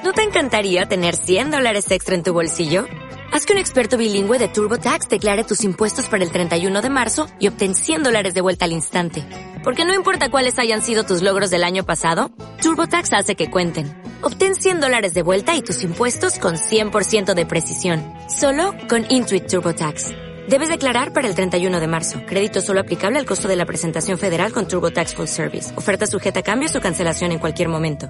¿No te encantaría tener $100 extra en tu bolsillo? Haz que un experto bilingüe de TurboTax declare tus impuestos para el 31 de marzo y obtén $100 de vuelta al instante. Porque no importa cuáles hayan sido tus logros del año pasado, TurboTax hace que cuenten. Obtén $100 de vuelta y tus impuestos con 100% de precisión. Solo con Intuit TurboTax. Debes declarar para el 31 de marzo. Crédito solo aplicable al costo de la presentación federal con TurboTax Full Service. Oferta sujeta a cambios o cancelación en cualquier momento.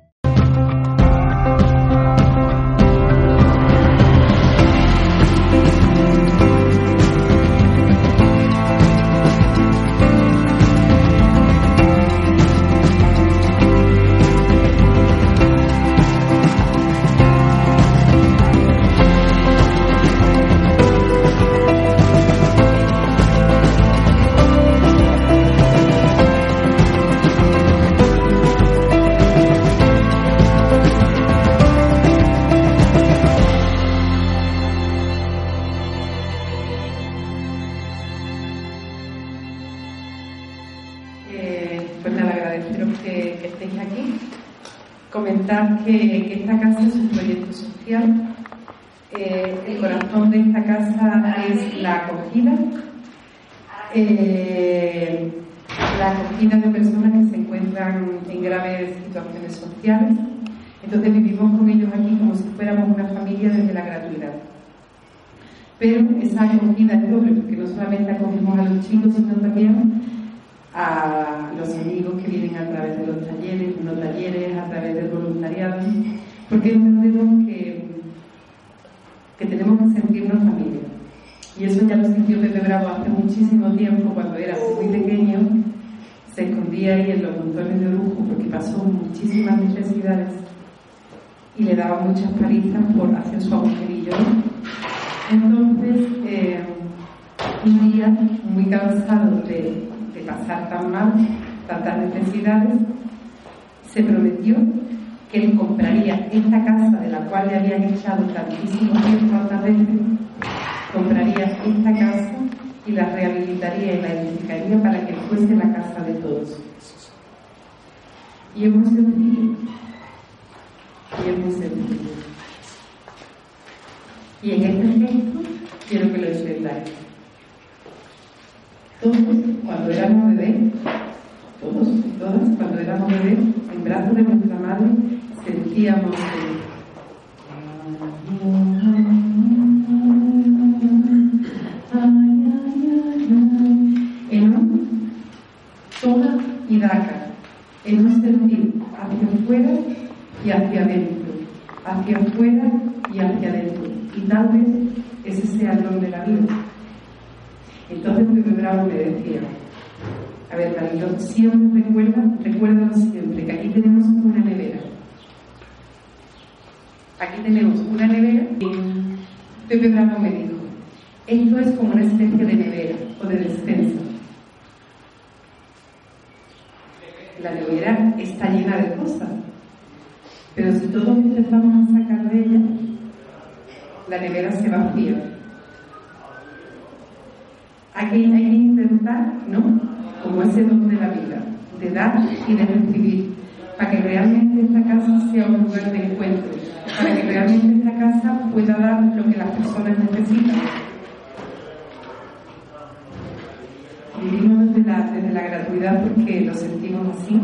Comentar que esta casa es un proyecto social. El corazón de esta casa es la acogida de personas que se encuentran en graves situaciones sociales. Entonces vivimos con ellos aquí como si fuéramos una familia desde la gratuidad. Pero esa acogida es doble, porque no solamente acogemos a los chicos, sino también a los amigos que vienen a través de los talleres, a través del voluntariado, porque entendemos que tenemos que sentirnos familia. Y eso ya lo sintió Pepe Bravo hace muchísimo tiempo, cuando era muy pequeño, se escondía ahí en los montones de Orujo porque pasó muchísimas necesidades y le daba muchas palizas por hacer su agujerillo. Entonces, un día, muy cansado de pasar tan mal, tantas necesidades, se prometió que él compraría esta casa de la cual le habían echado tantísimo tiempo tantas veces, compraría esta casa y la rehabilitaría y la edificaría para que fuese la casa de todos. Y es muy sencillo. Y en este gesto quiero que lo entendáis. Todos, cuando éramos bebés, todos y todas, cuando éramos bebés, en brazos de nuestra madre, sentíamos en un toma y daca, en un sentir hacia afuera y hacia adentro, hacia afuera y hacia adentro. Y tal vez ese sea el don de la vida. Entonces Pepe Bravo me decía: a ver, Marilo, siempre recuérdalo siempre, que aquí tenemos una nevera. Aquí tenemos una nevera y Pepe Bravo me dijo: esto es como una especie de nevera o de despensa. La nevera está llena de cosas, pero si todos empezamos a sacar de ella, la nevera se vacía. Aquí hay que intentar, ¿no?, como ese don de la vida, de dar y de recibir, para que realmente esta casa sea un lugar de encuentro, para que realmente esta casa pueda dar lo que las personas necesitan. Vivimos desde la gratuidad porque lo sentimos así.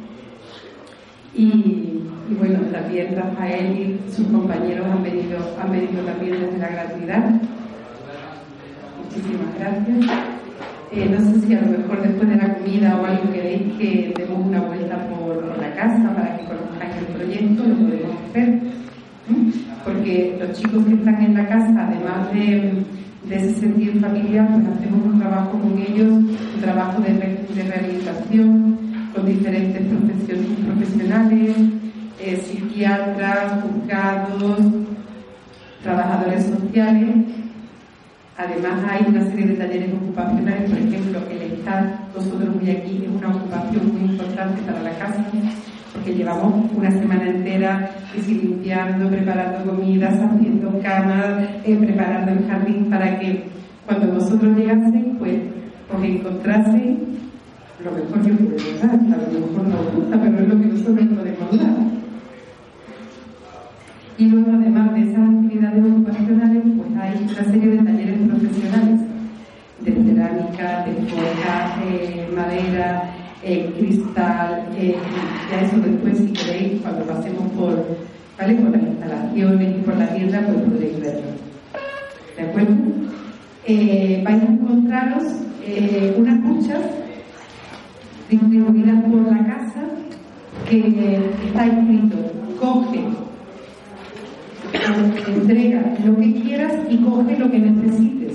Y bueno, también Rafael y sus compañeros han venido también desde la gratuidad. Muchísimas gracias. No sé si a lo mejor después de la comida o algo queréis que demos una vuelta por la casa para que conozcáis el proyecto, lo podemos hacer. Porque los chicos que están en la casa, además de ese sentir familiar, pues hacemos un trabajo con ellos, un trabajo de rehabilitación con diferentes profesionales, psiquiatras, juzgados, trabajadores sociales. Además hay una serie de talleres ocupacionales, por ejemplo, el estar vosotros hoy aquí es una ocupación muy importante para la casa, porque llevamos una semana entera limpiando, preparando comidas, haciendo camas, preparando el jardín para que cuando vosotros llegaseis, pues os encontraseis lo mejor que podemos dar. A lo mejor no os gusta, pero es lo que nosotros podemos dar. Y luego, además de esas actividades ocupacionales, pues hay una serie de talleres profesionales de cerámica, de forja, madera, cristal, ya eso después, si queréis, cuando pasemos por las instalaciones y por la tienda, pues podréis verlo. ¿De acuerdo? Vais a encontraros unas duchas distribuidas por la casa que está escrito: coge, entrega lo que quieras y coge lo que necesites.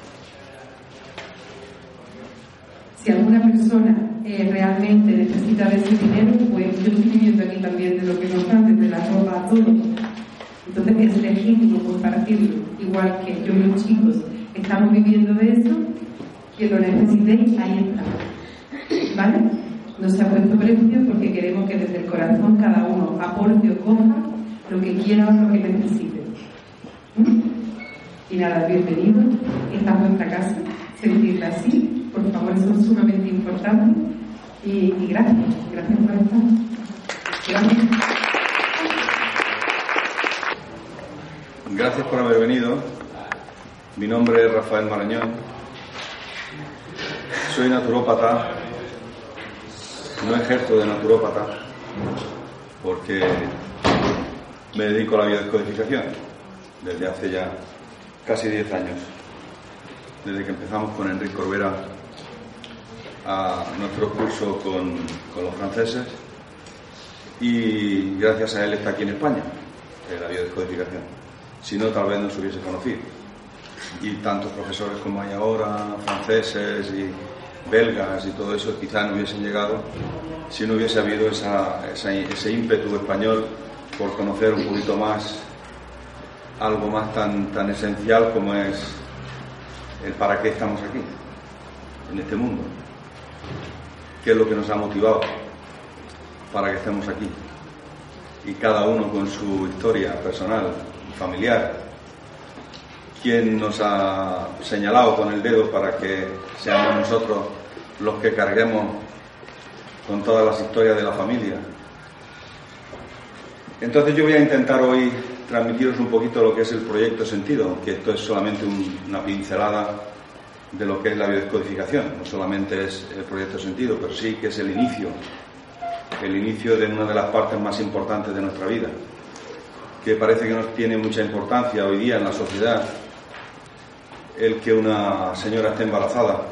Si alguna persona realmente necesita de ese dinero, pues yo estoy viviendo aquí también de lo que nos dan, desde la ropa a todo. Entonces es legítimo compartirlo, igual que yo y los chicos estamos viviendo de eso. Quien lo necesitéis, ahí está. ¿Vale? No se ha puesto precio porque queremos que desde el corazón cada uno aporte o coja lo que quiera o lo que necesite. Y nada, bienvenido. Esta es nuestra casa. Sentirla así, por favor, eso es sumamente importante. Y gracias por estar. Gracias. Gracias por haber venido. Mi nombre es Rafael Marañón. Soy naturópata. No ejerzo de naturópata porque me dedico a la biodescodificación desde hace ya casi 10 años. Desde que empezamos con Enrique Corbera a nuestro curso con los franceses, y gracias a él está aquí en España, la biodescodificación. Si no, tal vez no se hubiese conocido. Y tantos profesores como hay ahora, franceses y belgas y todo eso, quizá no hubiesen llegado si no hubiese habido ese ímpetu español por conocer un poquito más algo más tan esencial como es el para qué estamos aquí, en este mundo. ¿Qué es lo que nos ha motivado para que estemos aquí? Y cada uno con su historia personal, familiar. ¿Quién nos ha señalado con el dedo para que seamos nosotros los que carguemos con todas las historias de la familia? Entonces yo voy a intentar hoy transmitiros un poquito lo que es el proyecto Sentido, aunque esto es solamente una pincelada de lo que es la biodescodificación. No solamente es el proyecto Sentido, pero sí que es el inicio de una de las partes más importantes de nuestra vida, que parece que no tiene mucha importancia hoy día en la sociedad el que una señora esté embarazada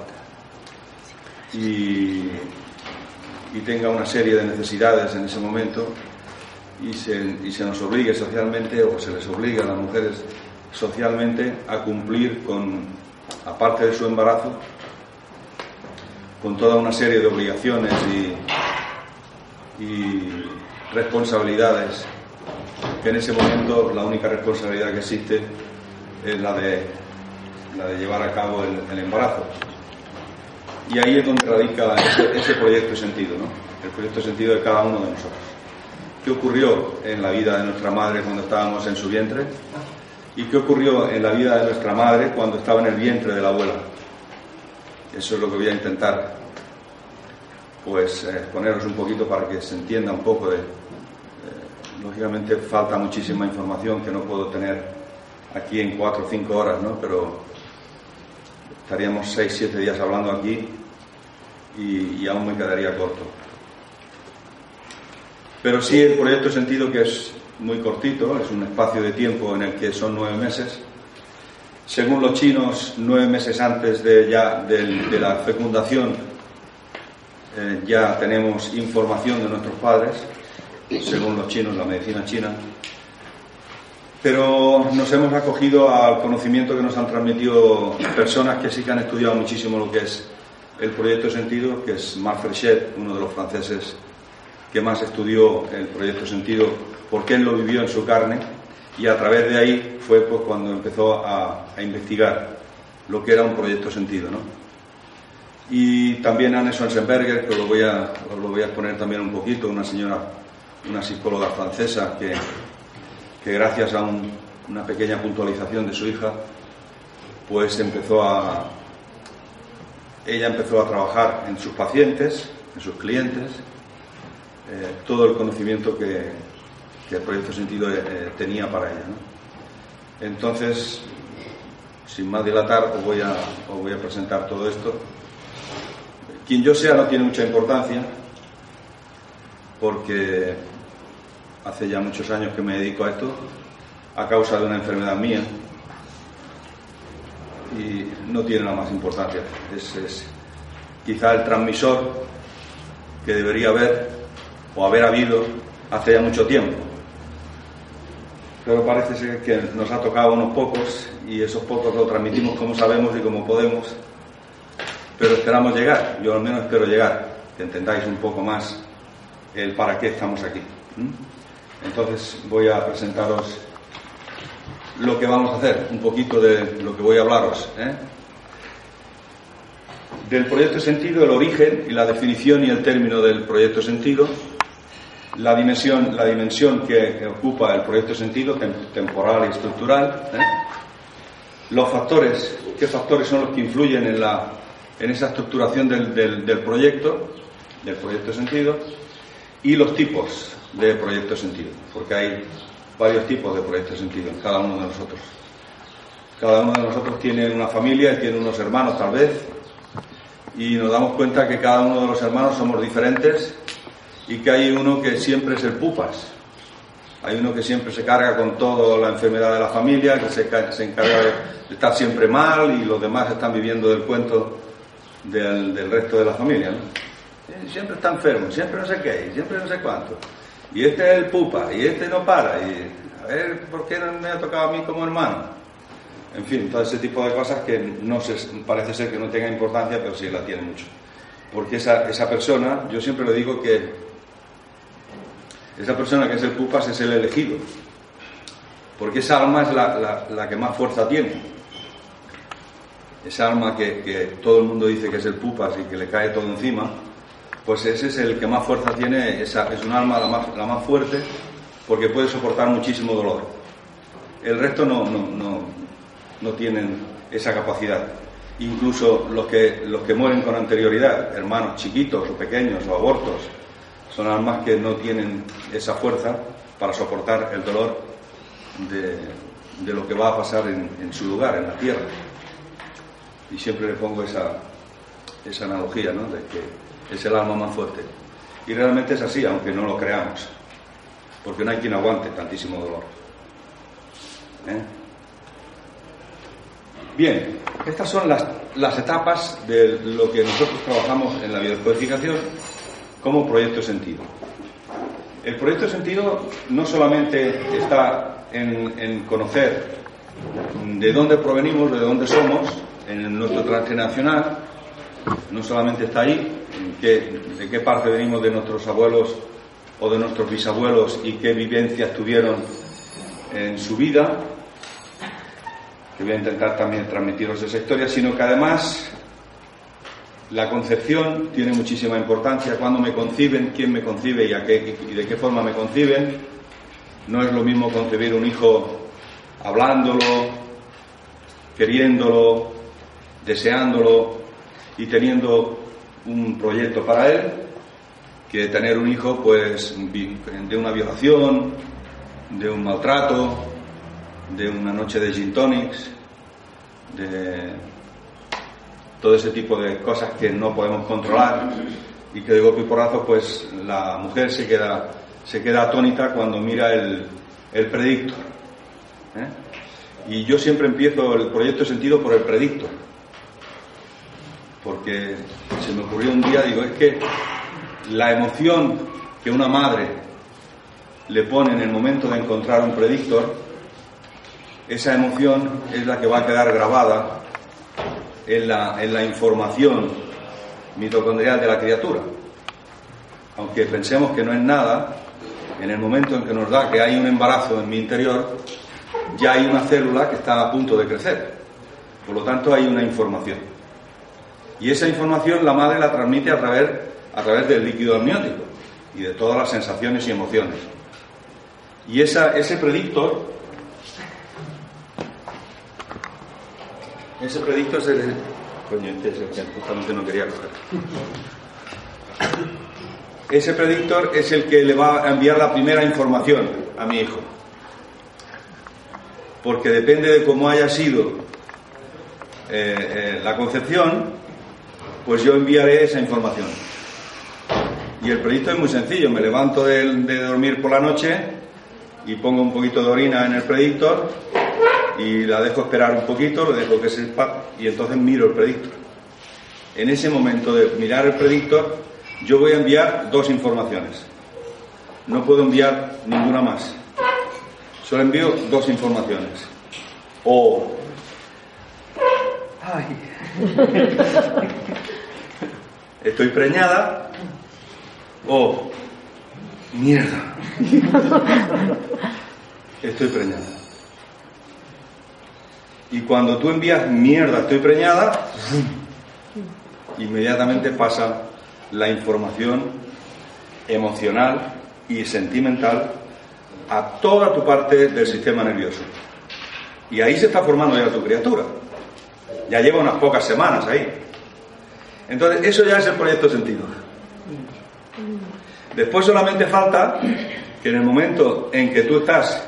y tenga una serie de necesidades en ese momento, y se nos obligue socialmente, o se les obliga a las mujeres socialmente a cumplir con, aparte de su embarazo, con toda una serie de obligaciones y responsabilidades, que en ese momento la única responsabilidad que existe es la de llevar a cabo el embarazo. Y ahí es donde radica ese proyecto Sentido, ¿no? El proyecto Sentido de cada uno de nosotros. ¿Qué ocurrió en la vida de nuestra madre cuando estábamos en su vientre? ¿Y qué ocurrió en la vida de nuestra madre cuando estaba en el vientre de la abuela? Eso es lo que voy a intentar, pues, exponeros un poquito para que se entienda un poco lógicamente falta muchísima información que no puedo tener aquí en 4 o 5 horas, ¿no? Pero estaríamos 6 o 7 días hablando aquí y aún me quedaría corto. Pero sí, el proyecto Sentido, que es muy cortito, es un espacio de tiempo en el que son 9 meses. Según los chinos, 9 meses antes de la fecundación, ya tenemos información de nuestros padres, según los chinos, la medicina china. Pero nos hemos acogido al conocimiento que nos han transmitido personas que sí que han estudiado muchísimo lo que es el proyecto Sentido, que es Marc Frechet, uno de los franceses que más estudió el proyecto Sentido, porque él lo vivió en su carne, y a través de ahí fue pues cuando empezó a investigar lo que era un proyecto Sentido, ¿no? Y también Anne Schwarzenberger, que os lo voy a exponer también un poquito, una psicóloga francesa que gracias a una pequeña puntualización de su hija, pues ella empezó a trabajar en sus pacientes, en sus clientes, todo el conocimiento que el proyecto Sentido tenía para ella, ¿no? Entonces, sin más dilatar, os voy a presentar todo esto. Quien yo sea no tiene mucha importancia, porque hace ya muchos años que me dedico a esto, a causa de una enfermedad mía, y no tiene la más importancia. Es quizá el transmisor que debería haber o haber habido hace ya mucho tiempo, pero parece ser que nos ha tocado a unos pocos, y esos pocos lo transmitimos como sabemos y como podemos, pero esperamos llegar. Yo al menos espero llegar, que entendáis un poco más el para qué estamos aquí. Entonces voy a presentaros lo que vamos a hacer, un poquito de lo que voy a hablaros, del proyecto Sentido, el origen y la definición y el término del proyecto Sentido, la dimensión que ocupa el proyecto Sentido, temporal y estructural, los factores, qué factores son los que influyen en esa estructuración del proyecto Sentido, y los tipos de proyecto Sentido, porque hay varios tipos de proyecto Sentido en cada uno de nosotros. Cada uno de nosotros tiene una familia y tiene unos hermanos tal vez, y nos damos cuenta que cada uno de los hermanos somos diferentes, y que hay uno que siempre es el pupas, hay uno que siempre se carga con toda la enfermedad de la familia, que se encarga de estar siempre mal, y los demás están viviendo del cuento del resto de la familia, ¿no? Siempre está enfermo, siempre no sé qué, siempre no sé cuánto, y este es el pupa, y este no para, y a ver por qué no me ha tocado a mí como hermano. En fin, todo ese tipo de cosas que parece ser que no tenga importancia, pero sí la tiene mucho, porque esa persona, yo siempre le digo que esa persona que es el pupas es el elegido, porque esa alma es la que más fuerza tiene. Esa alma que todo el mundo dice que es el pupas y que le cae todo encima, pues ese es el que más fuerza tiene. Es un alma la más fuerte, porque puede soportar muchísimo dolor. El resto no tienen esa capacidad. Incluso los que mueren con anterioridad, hermanos chiquitos o pequeños o abortos, son almas que no tienen esa fuerza para soportar el dolor de lo que va a pasar en su lugar, en la tierra. Y siempre le pongo esa analogía, ¿no?, de que es el alma más fuerte. Y realmente es así, aunque no lo creamos, porque no hay quien aguante tantísimo dolor. Bien, estas son las etapas de lo que nosotros trabajamos en la biodescodificación como proyecto Sentido. El proyecto Sentido no solamente está en conocer de dónde provenimos, de dónde somos, en nuestro transgeneracional, no solamente está ahí, de qué parte venimos de nuestros abuelos o de nuestros bisabuelos y qué vivencias tuvieron en su vida, que voy a intentar también transmitiros esa historia, sino que además la concepción tiene muchísima importancia. Cuando me conciben, quién me concibe y de qué forma me conciben. No es lo mismo concebir un hijo hablándolo, queriéndolo, deseándolo y teniendo un proyecto para él, que tener un hijo pues de una violación, de un maltrato, de una noche de gin tonics, de todo ese tipo de cosas que no podemos controlar, y que de golpe y porrazo pues la mujer se queda atónita cuando mira el predictor, Y yo siempre empiezo el proyecto Sentido por el predictor, porque se me ocurrió un día, digo, es que la emoción que una madre le pone en el momento de encontrar un predictor, esa emoción es la que va a quedar grabada en la información mitocondrial de la criatura. Aunque pensemos que no es nada, en el momento en que nos da que hay un embarazo en mi interior, ya hay una célula que está a punto de crecer. Por lo tanto, hay una información. Y esa información la madre la transmite a través del líquido amniótico y de todas las sensaciones y emociones. Y ese predictor es el... Coño, este es el que justamente no quería coger. Ese predictor es el que le va a enviar la primera información a mi hijo. Porque depende de cómo haya sido la concepción, pues yo enviaré esa información. Y el predictor es muy sencillo. Me levanto de dormir por la noche y pongo un poquito de orina en el predictor y la dejo esperar un poquito, lo dejo que se esparza y entonces miro el predictor. En ese momento de mirar el predictor, yo voy a enviar 2 informaciones. No puedo enviar ninguna más. Solo envío 2 informaciones. O... ¡ay! Estoy preñada. O... ¡mierda! Estoy preñada. Y cuando tú envías mierda, estoy preñada, inmediatamente pasa la información emocional y sentimental a toda tu parte del sistema nervioso. Y ahí se está formando ya tu criatura. Ya lleva unas pocas semanas ahí. Entonces, eso ya es el proyecto sentido. Después solamente falta que en el momento en que tú estás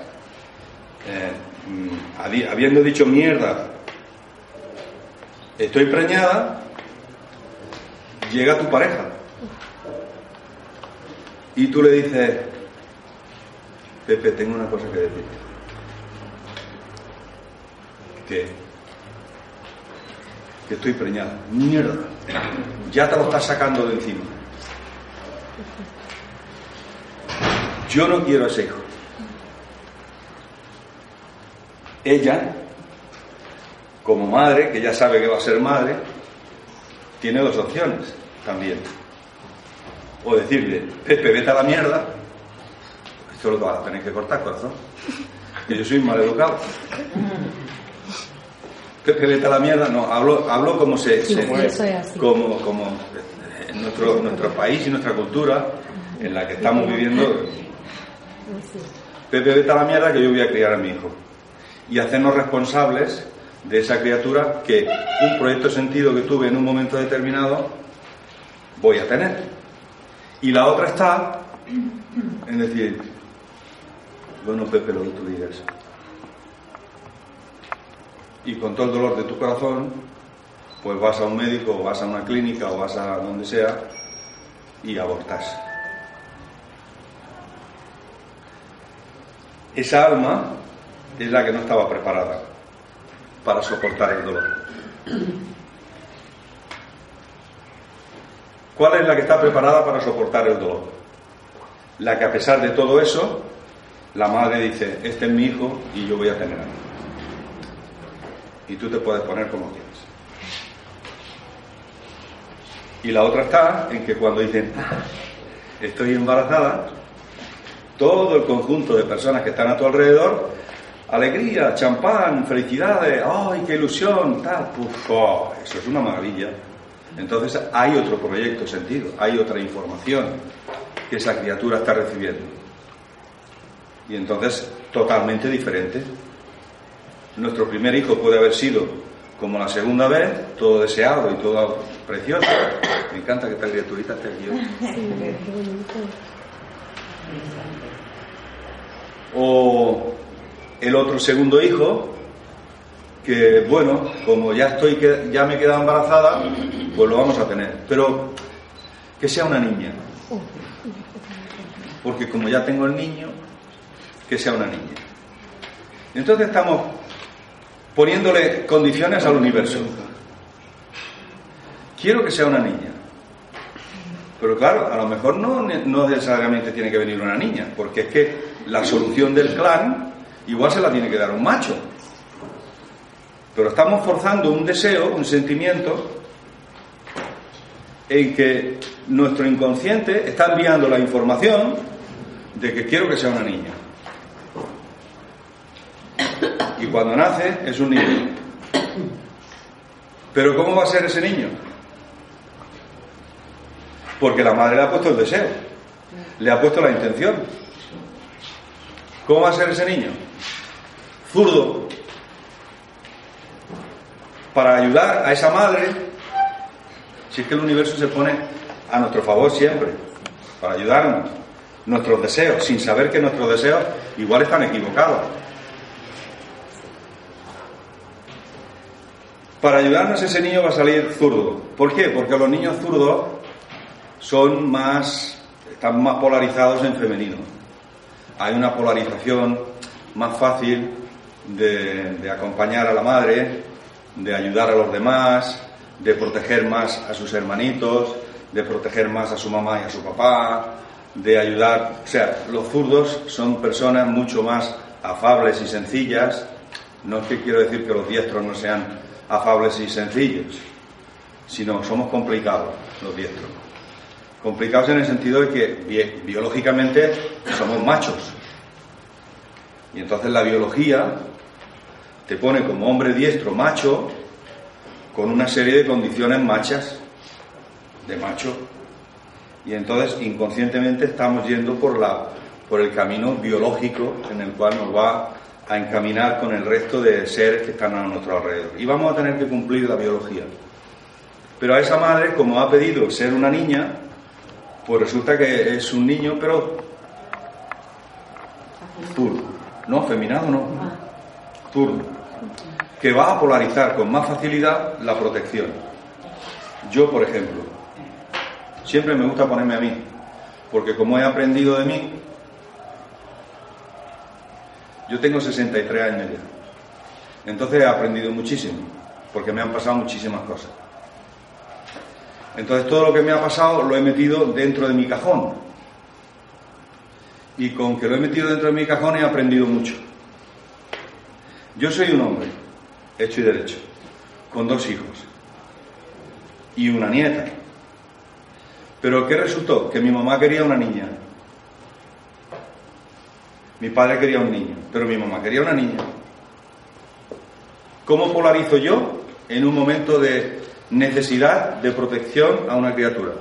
habiendo dicho mierda, estoy preñada, llega tu pareja y tú le dices: Pepe, tengo una cosa que decirte. Que estoy preñada. Mierda, ya te lo estás sacando de encima. Yo no quiero a ese hijo. Ella, como madre, que ya sabe que va a ser madre, tiene 2 opciones también. O decirle: Pepe, vete a la mierda. Esto lo vas a tener que cortar, corazón, que yo soy mal educado. Pepe, vete a la mierda. No, hablo como como en nuestro país y nuestra cultura en la que estamos viviendo. Pepe, vete a la mierda, que yo voy a criar a mi hijo. Y hacernos responsables de esa criatura que un proyecto de sentido que tuve en un momento determinado voy a tener. Y la otra está en decir: bueno, Pepe, lo que tú digas. Y con todo el dolor de tu corazón, pues vas a un médico, o vas a una clínica, o vas a donde sea, y abortas. Esa alma es la que no estaba preparada para soportar el dolor. ¿Cuál es la que está preparada para soportar el dolor? La que, a pesar de todo eso, la madre dice: este es mi hijo y yo voy a tener a él. Y tú te puedes poner como quieras. Y la otra está en que cuando dicen: estoy embarazada, todo el conjunto de personas que están a tu alrededor, alegría, champán, felicidades, ¡ay, qué ilusión! Tal, eso es una maravilla. Entonces hay otro proyecto sentido, hay otra información que esa criatura está recibiendo. Y entonces, totalmente diferente. Nuestro primer hijo puede haber sido como la segunda vez, todo deseado y todo precioso. Me encanta que esta criaturita esté aquí hoy. O el otro segundo hijo, que bueno, como ya me he quedado embarazada, pues lo vamos a tener. Pero que sea una niña. Porque como ya tengo el niño, que sea una niña. Entonces estamos poniéndole condiciones al universo. Quiero que sea una niña. Pero claro, a lo mejor no necesariamente tiene que venir una niña, porque es que la solución del clan igual se la tiene que dar un macho. Pero estamos forzando un deseo, un sentimiento, en que nuestro inconsciente está enviando la información de que quiero que sea una niña. Y cuando nace es un niño. Pero ¿cómo va a ser ese niño? Porque la madre le ha puesto el deseo, le ha puesto la intención. ¿Cómo va a ser ese niño? Zurdo. Para ayudar a esa madre, si es que el universo se pone a nuestro favor siempre, para ayudarnos. nuestros deseos, sin saber que nuestros deseos igual están equivocados. Para ayudarnos ese niño va a salir zurdo. ¿Por qué? Porque los niños zurdos están más polarizados en femenino. Hay una polarización más fácil de acompañar a la madre, de ayudar a los demás, de proteger más a sus hermanitos, de proteger más a su mamá y a su papá, de ayudar. O sea, los zurdos son personas mucho más afables y sencillas. No es que quiero decir que los diestros no sean afables y sencillos, sino somos complicados los diestros. Complicados en el sentido de que biológicamente somos machos. Y entonces la biología te pone como hombre diestro macho con una serie de condiciones machas de macho. Y entonces inconscientemente estamos yendo por el camino biológico en el cual nos va a encaminar con el resto de seres que están a nuestro alrededor. Y vamos a tener que cumplir la biología. Pero a esa madre, como ha pedido ser una niña, pues resulta que es un niño, pero zurdo. No, feminado no. Zurdo. Que va a polarizar con más facilidad la protección. Yo, por ejemplo, siempre me gusta ponerme a mí, porque como he aprendido de mí, yo tengo 63 años ya. Entonces he aprendido muchísimo, porque me han pasado muchísimas cosas. Entonces todo lo que me ha pasado lo he metido dentro de mi cajón. Y con que lo he metido dentro de mi cajón he aprendido mucho. Yo soy un hombre, hecho y derecho, con 2 hijos y una nieta. Pero ¿qué resultó? Que mi mamá quería una niña. Mi padre quería un niño, pero mi mamá quería una niña. ¿Cómo polarizo yo en un momento de necesidad de protección a una criatura?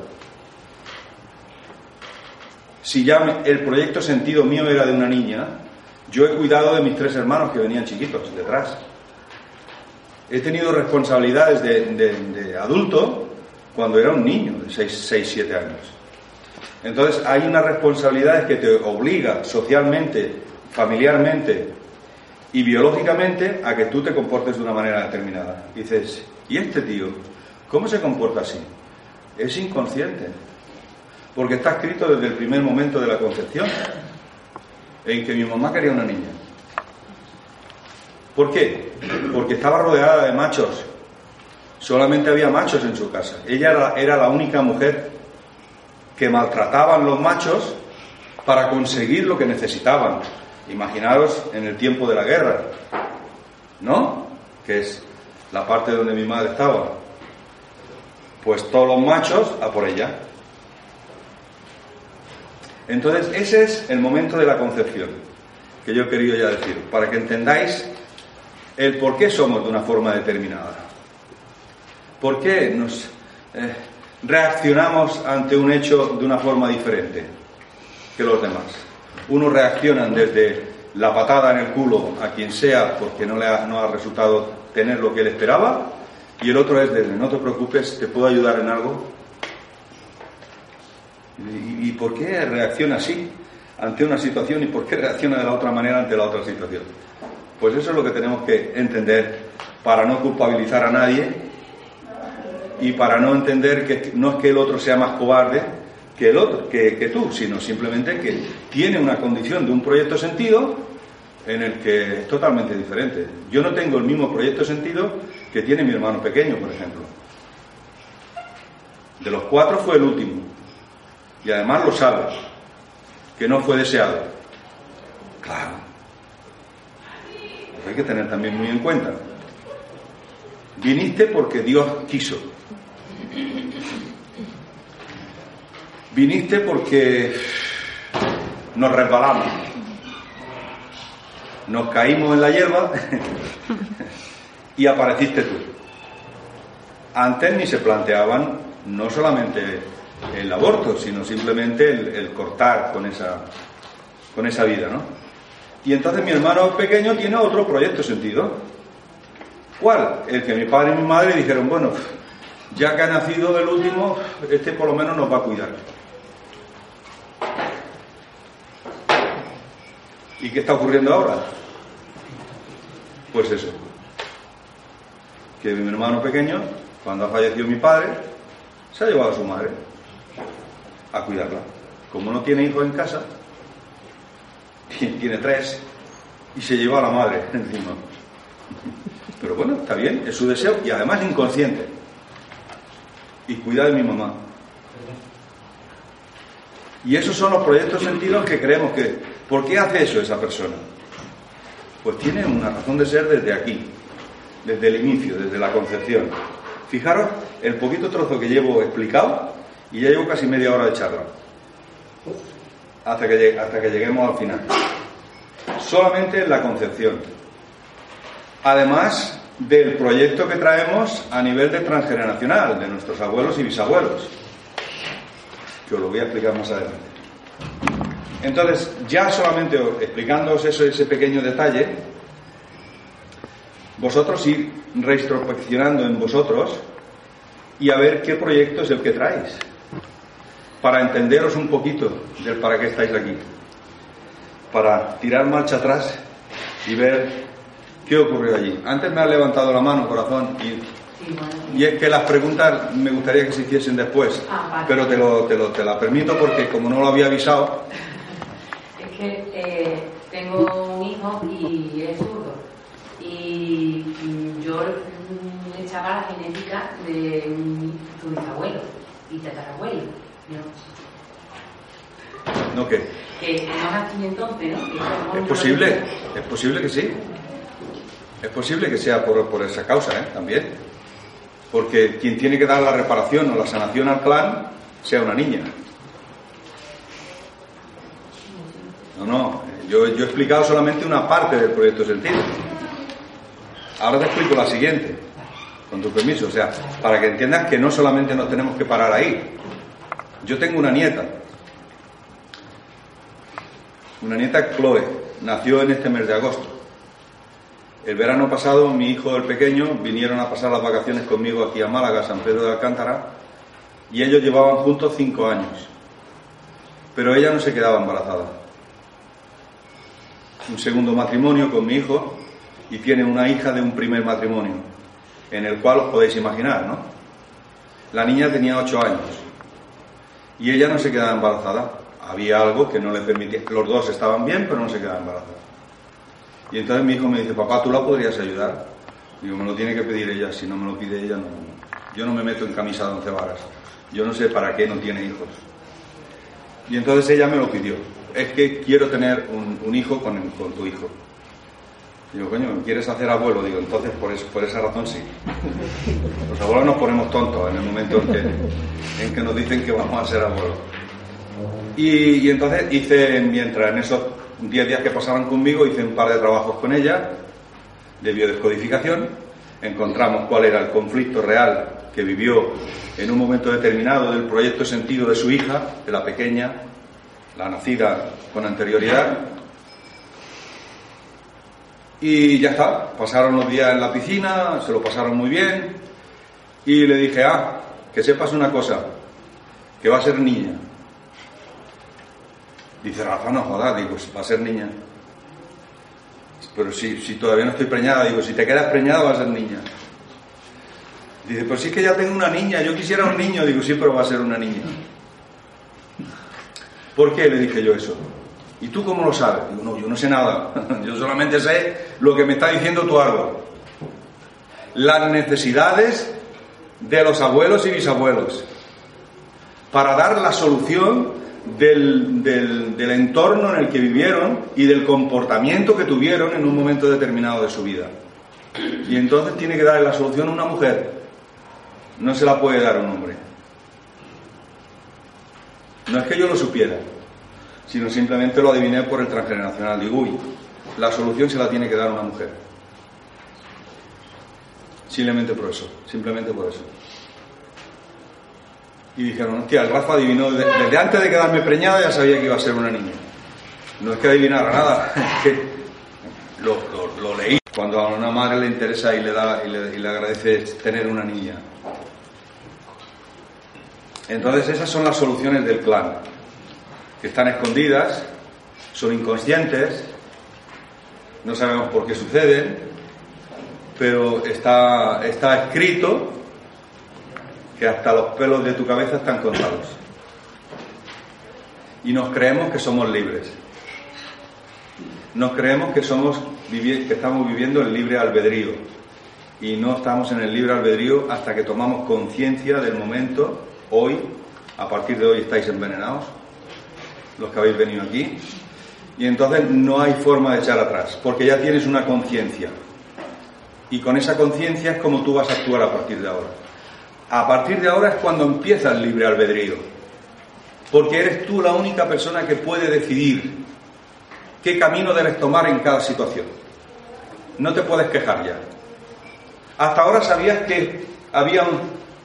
Si ya el proyecto sentido mío era de una niña, yo he cuidado de mis 3 hermanos que venían chiquitos detrás. He tenido responsabilidades de adulto cuando era un niño de 6, 7 años. Entonces hay unas responsabilidades que te obliga socialmente, familiarmente y biológicamente a que tú te comportes de una manera determinada. Y dices, ¿y este tío cómo se comporta así? Es inconsciente, porque está escrito desde el primer momento de la concepción, en que mi mamá quería una niña. ¿Por qué? Porque estaba rodeada de machos. Solamente había machos en su casa. Ella era la única mujer que maltrataban los machos para conseguir lo que necesitaban. Imaginaros en el tiempo de la guerra, ¿no? Que es la parte donde mi madre estaba. Pues todos los machos a por ella. Entonces ese es el momento de la concepción que yo he querido ya decir, para que entendáis el por qué somos de una forma determinada. ¿Por qué nos reaccionamos ante un hecho de una forma diferente que los demás? Unos reaccionan desde la patada en el culo a quien sea porque no ha resultado tener lo que él esperaba, y el otro es desde no te preocupes, te puedo ayudar en algo. ¿Y por qué reacciona así ante una situación y por qué reacciona de la otra manera ante la otra situación? Pues eso es lo que tenemos que entender para no culpabilizar a nadie y para no entender que no es que el otro sea más cobarde que el otro, que tú, sino simplemente que tiene una condición de un proyecto sentido en el que es totalmente diferente. Yo no tengo el mismo proyecto sentido que tiene mi hermano pequeño, por ejemplo. De los 4 fue el último. Y además lo sabes, que no fue deseado. Claro. Eso hay que tener también muy en cuenta. Viniste porque Dios quiso. Viniste porque nos resbalamos. Nos caímos en la hierba y apareciste tú. Antes ni se planteaban no solamente el aborto, sino simplemente el cortar con esa vida, ¿no? Y entonces mi hermano pequeño tiene otro proyecto sentido. ¿Cuál? El que mi padre y mi madre dijeron, bueno, ya que ha nacido el último, este por lo menos nos va a cuidar. ¿Y qué está ocurriendo ahora? Pues eso, que mi hermano pequeño, cuando ha fallecido mi padre, se ha llevado a su madre a cuidarla. Como no tiene hijos en casa, tiene 3, y se lleva a la madre encima. Pero bueno, está bien, es su deseo, y además inconsciente. Y cuida de mi mamá. Y esos son los proyectos sentidos que creemos que... ¿Por qué hace eso esa persona? Pues tiene una razón de ser desde aquí, desde el inicio, desde la concepción. Fijaros el poquito trozo que llevo explicado, y ya llevo casi media hora de charla, hasta que lleguemos al final. Solamente en la concepción. Además del proyecto que traemos a nivel de transgeneracional, de nuestros abuelos y bisabuelos, que os lo voy a explicar más adelante. Entonces, ya solamente explicándoos ese pequeño detalle, vosotros ir reintrospeccionando en vosotros y a ver qué proyecto es el que traéis, para entenderos un poquito del para qué estáis aquí, para tirar marcha atrás y ver qué ocurrió allí. Antes me has levantado la mano, corazón, y es que las preguntas me gustaría que se hiciesen después, vale. Pero te la permito porque como no lo había avisado. Es que tengo un hijo y es zurdo, y yo le echaba la genética de tu bisabuelo y tatarabuelo. ¿No qué? Que no nací entonces, ¿no? Es posible que sí. Es posible que sea por esa causa, también. Porque quien tiene que dar la reparación o la sanación al clan sea una niña. No, yo he explicado solamente una parte del proyecto sentido. Ahora te explico la siguiente, con tu permiso, o sea, para que entiendas que no solamente nos tenemos que parar ahí. Yo tengo una nieta Chloe, nació en este mes de agosto. El verano pasado mi hijo, el pequeño, vinieron a pasar las vacaciones conmigo aquí a Málaga, San Pedro de Alcántara, y ellos llevaban juntos 5 años. Pero ella no se quedaba embarazada. Un segundo matrimonio con mi hijo, y tiene una hija de un primer matrimonio, en el cual os podéis imaginar, ¿no? La niña tenía 8 años, y ella no se quedaba embarazada. Había algo que no le permitía. Los dos estaban bien, pero no se quedaban embarazados. Y entonces mi hijo me dice: papá, ¿tú la podrías ayudar? Digo, me lo tiene que pedir ella. Si no me lo pide ella, no. Yo no me meto en camisa de 11 varas. Yo no sé para qué no tiene hijos. Y entonces ella me lo pidió. Es que quiero tener un hijo con tu hijo. Digo, coño, ¿me quieres hacer abuelo? Digo, entonces por esa razón sí. Los abuelos nos ponemos tontos en el momento en que nos dicen que vamos a ser abuelos. Y entonces hice, mientras en esos 10 días que pasaban conmigo, hice un par de trabajos con ella de biodescodificación. Encontramos cuál era el conflicto real que vivió en un momento determinado del proyecto sentido de su hija, de la pequeña, la nacida con anterioridad. Y ya está, pasaron los días en la piscina, se lo pasaron muy bien, y le dije: que sepas una cosa, que va a ser niña. Dice: Rafa, no jodas. Digo, va a ser niña. Pero si todavía no estoy preñada. Digo, si te quedas preñada va a ser niña. Dice: pues sí, es que ya tengo una niña, yo quisiera un niño. Digo, sí, pero va a ser una niña. ¿Por qué? Le dije yo eso. ¿Y tú cómo lo sabes? Digo, no, yo no sé nada. Yo solamente sé lo que me está diciendo tu árbol. Las necesidades de los abuelos y bisabuelos, para dar la solución del entorno en el que vivieron y del comportamiento que tuvieron en un momento determinado de su vida. Y entonces tiene que darle la solución a una mujer, no se la puede dar a un hombre. No es que yo lo supiera, sino simplemente lo adiviné por el transgeneracional. Digo, uy, la solución se la tiene que dar a una mujer. Simplemente por eso. Y dijeron: hostia, el Rafa adivinó, desde antes de quedarme preñada ya sabía que iba a ser una niña. No es que adivinara nada, es que lo leí. Cuando a una madre le interesa y le agradece tener una niña. Entonces esas son las soluciones del clan, que están escondidas, son inconscientes, no sabemos por qué suceden, pero está escrito que hasta los pelos de tu cabeza están contados. Y nos creemos que somos libres. Nos creemos que estamos viviendo el libre albedrío. Y no estamos en el libre albedrío hasta que tomamos conciencia del momento. Hoy, a partir de hoy, estáis envenenados, los que habéis venido aquí. Y entonces no hay forma de echar atrás, porque ya tienes una conciencia. Y con esa conciencia es como tú vas a actuar a partir de ahora. A partir de ahora es cuando empieza el libre albedrío. Porque eres tú la única persona que puede decidir qué camino debes tomar en cada situación. No te puedes quejar ya. Hasta ahora sabías que había un...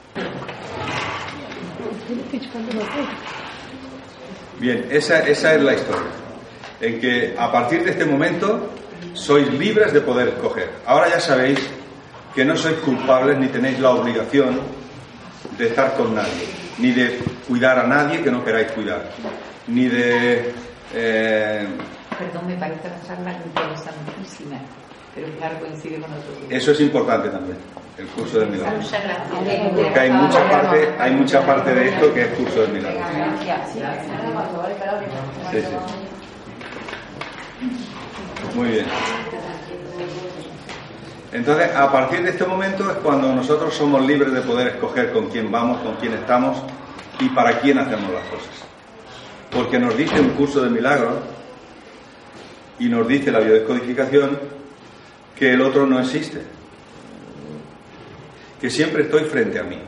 Bien, esa es la historia. En que a partir de este momento sois libres de poder escoger. Ahora ya sabéis que no sois culpables ni tenéis la obligación de estar con nadie, ni de cuidar a nadie que no queráis cuidar, ni de... Perdón, me parece la charla interesantísima, pero claro, coincide con otro día. Eso es importante también, el curso del milagro. Porque hay mucha parte de esto que es curso del milagro. Sí, sí. Muy bien. Entonces, a partir de este momento es cuando nosotros somos libres de poder escoger con quién vamos, con quién estamos y para quién hacemos las cosas. Porque nos dice un curso de milagros y nos dice la biodescodificación que el otro no existe, que siempre estoy frente a mí.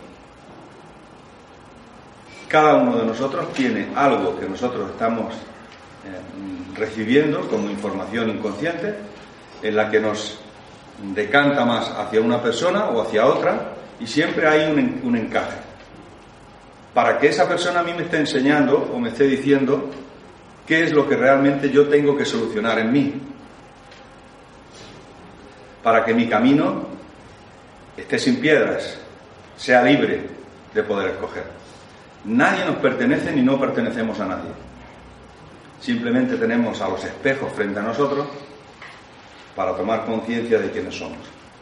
Cada uno de nosotros tiene algo que nosotros estamos recibiendo como información inconsciente, en la que nos decanta más hacia una persona o hacia otra, y siempre hay un encaje para que esa persona a mí me esté enseñando o me esté diciendo qué es lo que realmente yo tengo que solucionar en mí, para que mi camino esté sin piedras, sea libre de poder escoger. Nadie nos pertenece ni no pertenecemos a nadie. Simplemente tenemos a los espejos frente a nosotros para tomar conciencia de quiénes somos.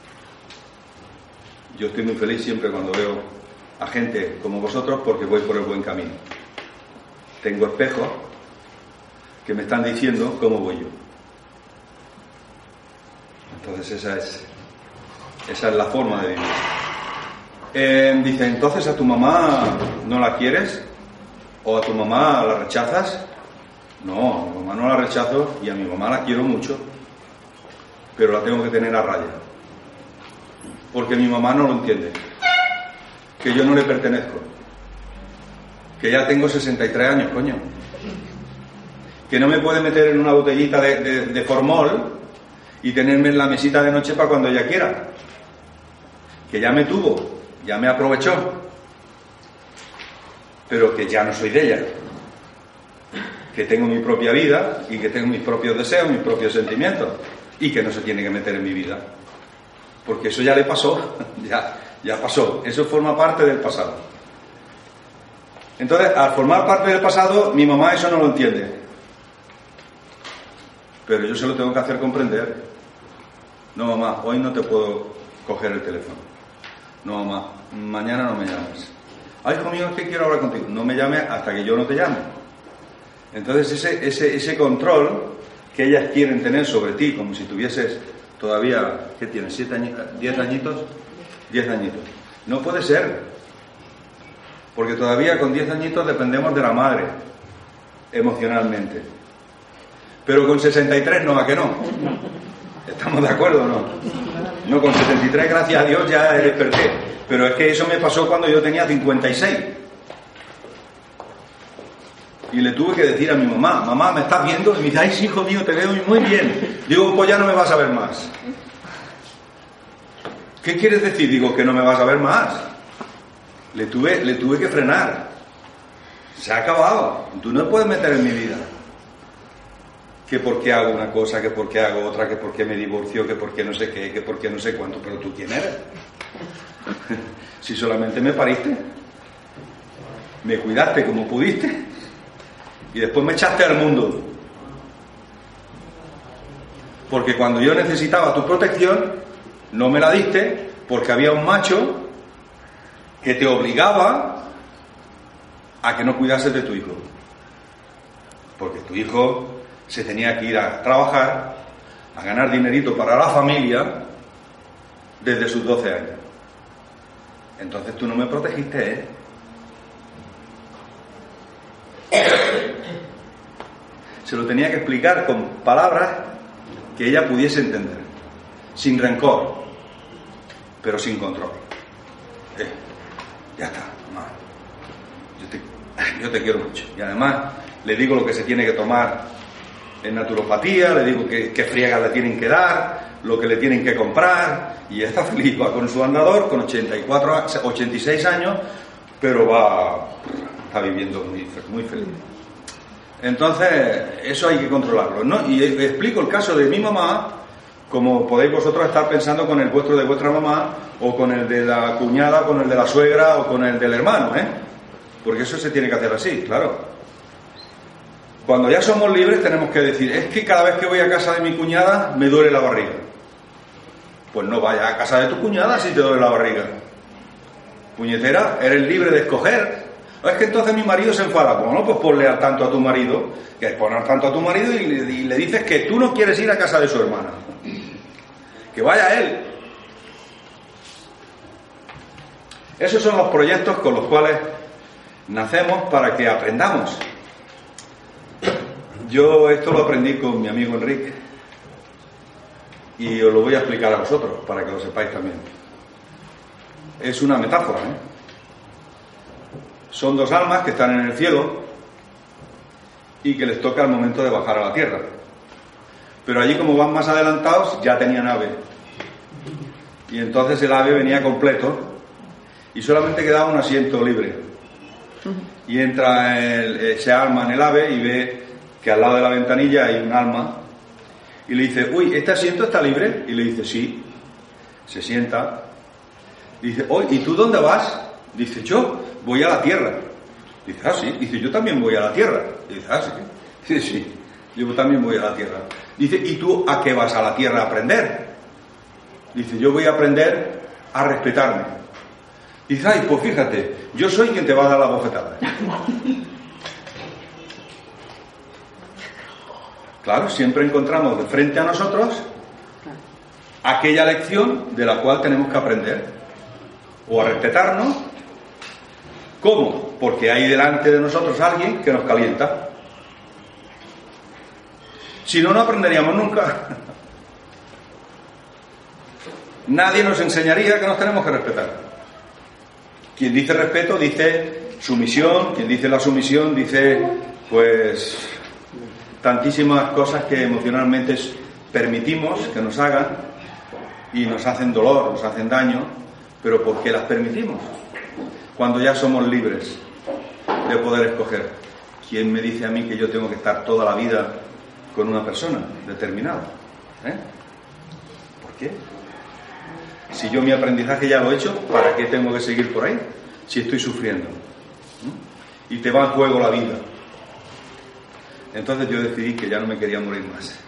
Yo estoy muy feliz siempre cuando veo a gente como vosotros porque voy por el buen camino. Tengo espejos que me están diciendo cómo voy yo. Entonces esa es la forma de vivir. Dice, entonces a tu mamá no la quieres o a tu mamá la rechazas. No, a mi mamá no la rechazo y a mi mamá la quiero mucho, pero la tengo que tener a raya, porque mi mamá no lo entiende, que yo no le pertenezco, que ya tengo 63 años, coño, que no me puede meter en una botellita de formol y tenerme en la mesita de noche para cuando ella quiera, que ya me tuvo, ya me aprovechó, pero que ya no soy de ella, que tengo mi propia vida y que tengo mis propios deseos, mis propios sentimientos, y que no se tiene que meter en mi vida, porque eso ya le pasó, ya pasó, eso forma parte del pasado. Entonces, al formar parte del pasado, mi mamá eso no lo entiende, pero yo se lo tengo que hacer comprender. No, mamá, hoy no te puedo coger el teléfono. No, mamá, mañana no me llames. Ay, hijo mío, es que quiero hablar contigo. No me llames hasta que yo no te llame. Entonces ese control que ellas quieren tener sobre ti, como si tuvieses todavía, ¿qué tienes? 7 años, 10 añitos, 10 añitos. No puede ser, porque todavía con 10 añitos dependemos de la madre, emocionalmente. Pero con 63 no, ¿a que no? ¿Estamos de acuerdo o no? No, con 73, gracias a Dios, ya desperté. Pero es que eso me pasó cuando yo tenía 56. Y le tuve que decir a mi mamá, mamá, ¿me estás viendo? Y me dice, ay, sí, hijo mío, te veo muy bien. Digo, pues ya no me vas a ver más. ¿Qué quieres decir? Digo, que no me vas a ver más. Le tuve que frenar. Se ha acabado. Tú no puedes meter en mi vida. Que por qué hago una cosa, que por qué hago otra, que por qué me divorcio, que por qué no sé qué, que por qué no sé cuánto. Pero tú, ¿quién eres? Si solamente me pariste, me cuidaste como pudiste y después me echaste al mundo. Porque cuando yo necesitaba tu protección, no me la diste porque había un macho que te obligaba a que no cuidases de tu hijo. Porque tu hijo se tenía que ir a trabajar, a ganar dinerito para la familia desde sus 12 años. Entonces tú no me protegiste, ¿eh? Se lo tenía que explicar con palabras que ella pudiese entender, sin rencor, pero sin control. Ya está, mamá. Yo te quiero mucho. Y además le digo lo que se tiene que tomar en naturopatía, le digo qué friegas le tienen que dar, lo que le tienen que comprar, y ella está feliz, va con su andador, con 86 años, pero está viviendo muy feliz. Entonces, eso hay que controlarlo, ¿no? Y explico el caso de mi mamá, como podéis vosotros estar pensando con el vuestro de vuestra mamá, o con el de la cuñada, con el de la suegra, o con el del hermano, ¿eh? Porque eso se tiene que hacer así, claro. Cuando ya somos libres tenemos que decir, es que cada vez que voy a casa de mi cuñada me duele la barriga. Pues no vayas a casa de tu cuñada si te duele la barriga. Puñetera, eres libre de escoger. Es que entonces mi marido se enfada. Bueno, pues ponle al tanto a tu marido, que es poner tanto a tu marido y le dices que tú no quieres ir a casa de su hermana. Que vaya él. Esos son los proyectos con los cuales nacemos para que aprendamos. Yo esto lo aprendí con mi amigo Enrique y os lo voy a explicar a vosotros para que lo sepáis también. Es una metáfora, ¿eh? Son dos almas que están en el cielo y que les toca el momento de bajar a la tierra. Pero allí, como van más adelantados, ya tenían ave. Y entonces el ave venía completo y solamente quedaba un asiento libre. Y entra ese alma en el ave y ve que al lado de la ventanilla hay un alma y le dice, uy, ¿este asiento está libre? Y le dice, sí. Se sienta. Dice, oye, ¿y tú dónde vas? Dice, yo voy a la tierra. Dice, ah, sí. Dice, yo también voy a la tierra. Dice, ah, sí. Dice, sí, yo también voy a la tierra. Dice, ¿y tú a qué vas a la tierra a aprender? Dice, yo voy a aprender a respetarme. Dice, ay, pues fíjate, yo soy quien te va a dar la bofetada. Claro, siempre encontramos de frente a nosotros aquella lección de la cual tenemos que aprender. O a respetarnos. ¿Cómo? Porque hay delante de nosotros alguien que nos calienta. Si no, no aprenderíamos nunca. Nadie nos enseñaría que nos tenemos que respetar. Quien dice respeto dice sumisión, quien dice la sumisión dice, pues, tantísimas cosas que emocionalmente permitimos que nos hagan y nos hacen dolor, nos hacen daño, pero ¿por qué las permitimos? Cuando ya somos libres de poder escoger. ¿Quién me dice a mí que yo tengo que estar toda la vida con una persona determinada? ¿Por qué? Si yo mi aprendizaje ya lo he hecho, ¿para qué tengo que seguir por ahí? Si estoy sufriendo. Y te va en juego la vida. Entonces yo decidí que ya no me quería morir más.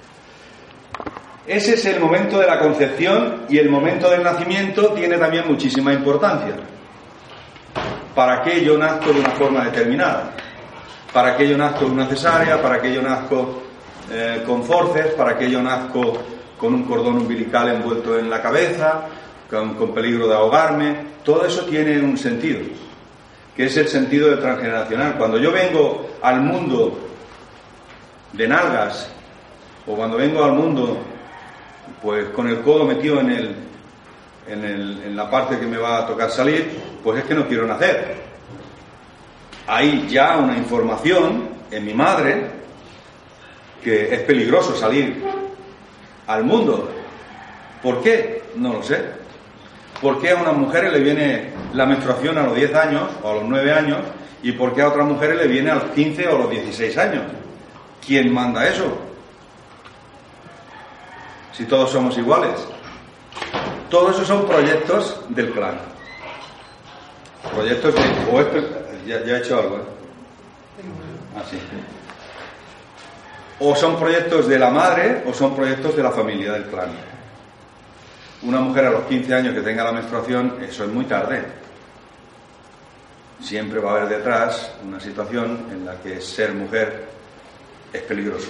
Ese es el momento de la concepción y el momento del nacimiento tiene también muchísima importancia. ¿Para qué yo nazco de una forma determinada? ¿Para qué yo nazco de una cesárea? ¿Para qué yo nazco con forceps? ¿Para qué yo nazco con un cordón umbilical envuelto en la cabeza? Con peligro de ahogarme. Todo eso tiene un sentido, que es el sentido del transgeneracional. Cuando yo vengo al mundo de nalgas, o cuando vengo al mundo pues con el codo metido en la parte que me va a tocar salir, pues es que no quiero nacer. Hay ya una información en mi madre que es peligroso salir al mundo. ¿Por qué? No lo sé. ¿Por qué a unas mujeres le viene la menstruación a los 10 años o a los 9 años y por qué a otras mujeres le viene a los 15 o a los 16 años? ¿Quién manda eso? Si todos somos iguales. Todos esos son proyectos del clan. Proyectos que... ya he hecho algo, ¿eh? Ah, sí. O son proyectos de la madre o son proyectos de la familia, del clan. Una mujer a los 15 años que tenga la menstruación, eso es muy tarde. Siempre va a haber detrás una situación en la que ser mujer es peligroso.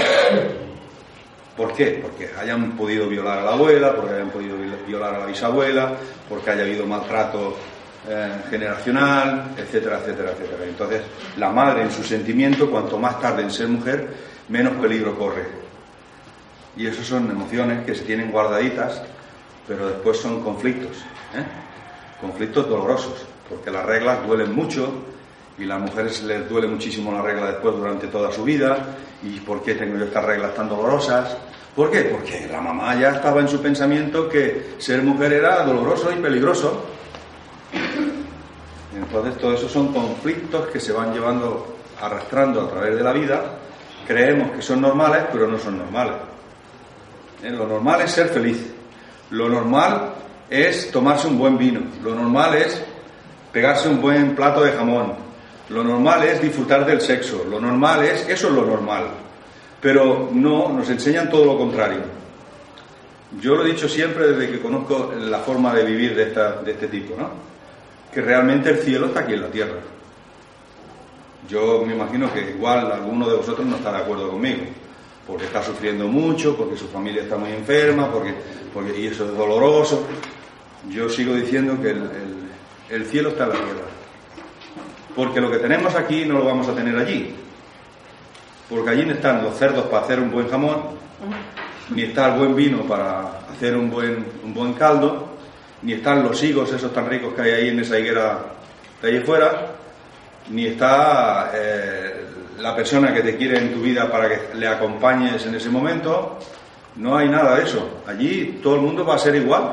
¿Por qué? Porque hayan podido violar a la abuela, porque hayan podido violar a la bisabuela, porque haya habido maltrato generacional, etcétera, etcétera, etcétera. Entonces, la madre en su sentimiento, cuanto más tarde en ser mujer, menos peligro corre. Y eso son emociones que se tienen guardaditas, pero después son conflictos, conflictos dolorosos, porque las reglas duelen mucho y a las mujeres les duele muchísimo la regla después durante toda su vida. ¿Y por qué tengo yo estas reglas tan dolorosas? ¿Por qué? Porque la mamá ya estaba en su pensamiento que ser mujer era doloroso y peligroso. Entonces, todo eso son conflictos que se van llevando, arrastrando a través de la vida. Creemos que son normales, pero no son normales. Lo normal es ser feliz. Lo normal es tomarse un buen vino. Lo normal es pegarse un buen plato de jamón. Lo normal es disfrutar del sexo. Lo normal es... Eso es lo normal. Pero no, nos enseñan todo lo contrario. Yo lo he dicho siempre desde que conozco la forma de vivir de este tipo, ¿no? Que realmente el cielo está aquí en la tierra. Yo me imagino que igual alguno de vosotros no está de acuerdo conmigo, porque está sufriendo mucho, porque su familia está muy enferma, porque y eso es doloroso. Yo sigo diciendo que el cielo está en la tierra, porque lo que tenemos aquí no lo vamos a tener allí, porque allí no están los cerdos para hacer un buen jamón, ni está el buen vino para hacer un buen caldo, ni están los higos esos tan ricos que hay ahí en esa higuera de ahí fuera, ni está la persona que te quiere en tu vida para que le acompañes en ese momento. No hay nada de eso. Allí todo el mundo va a ser igual.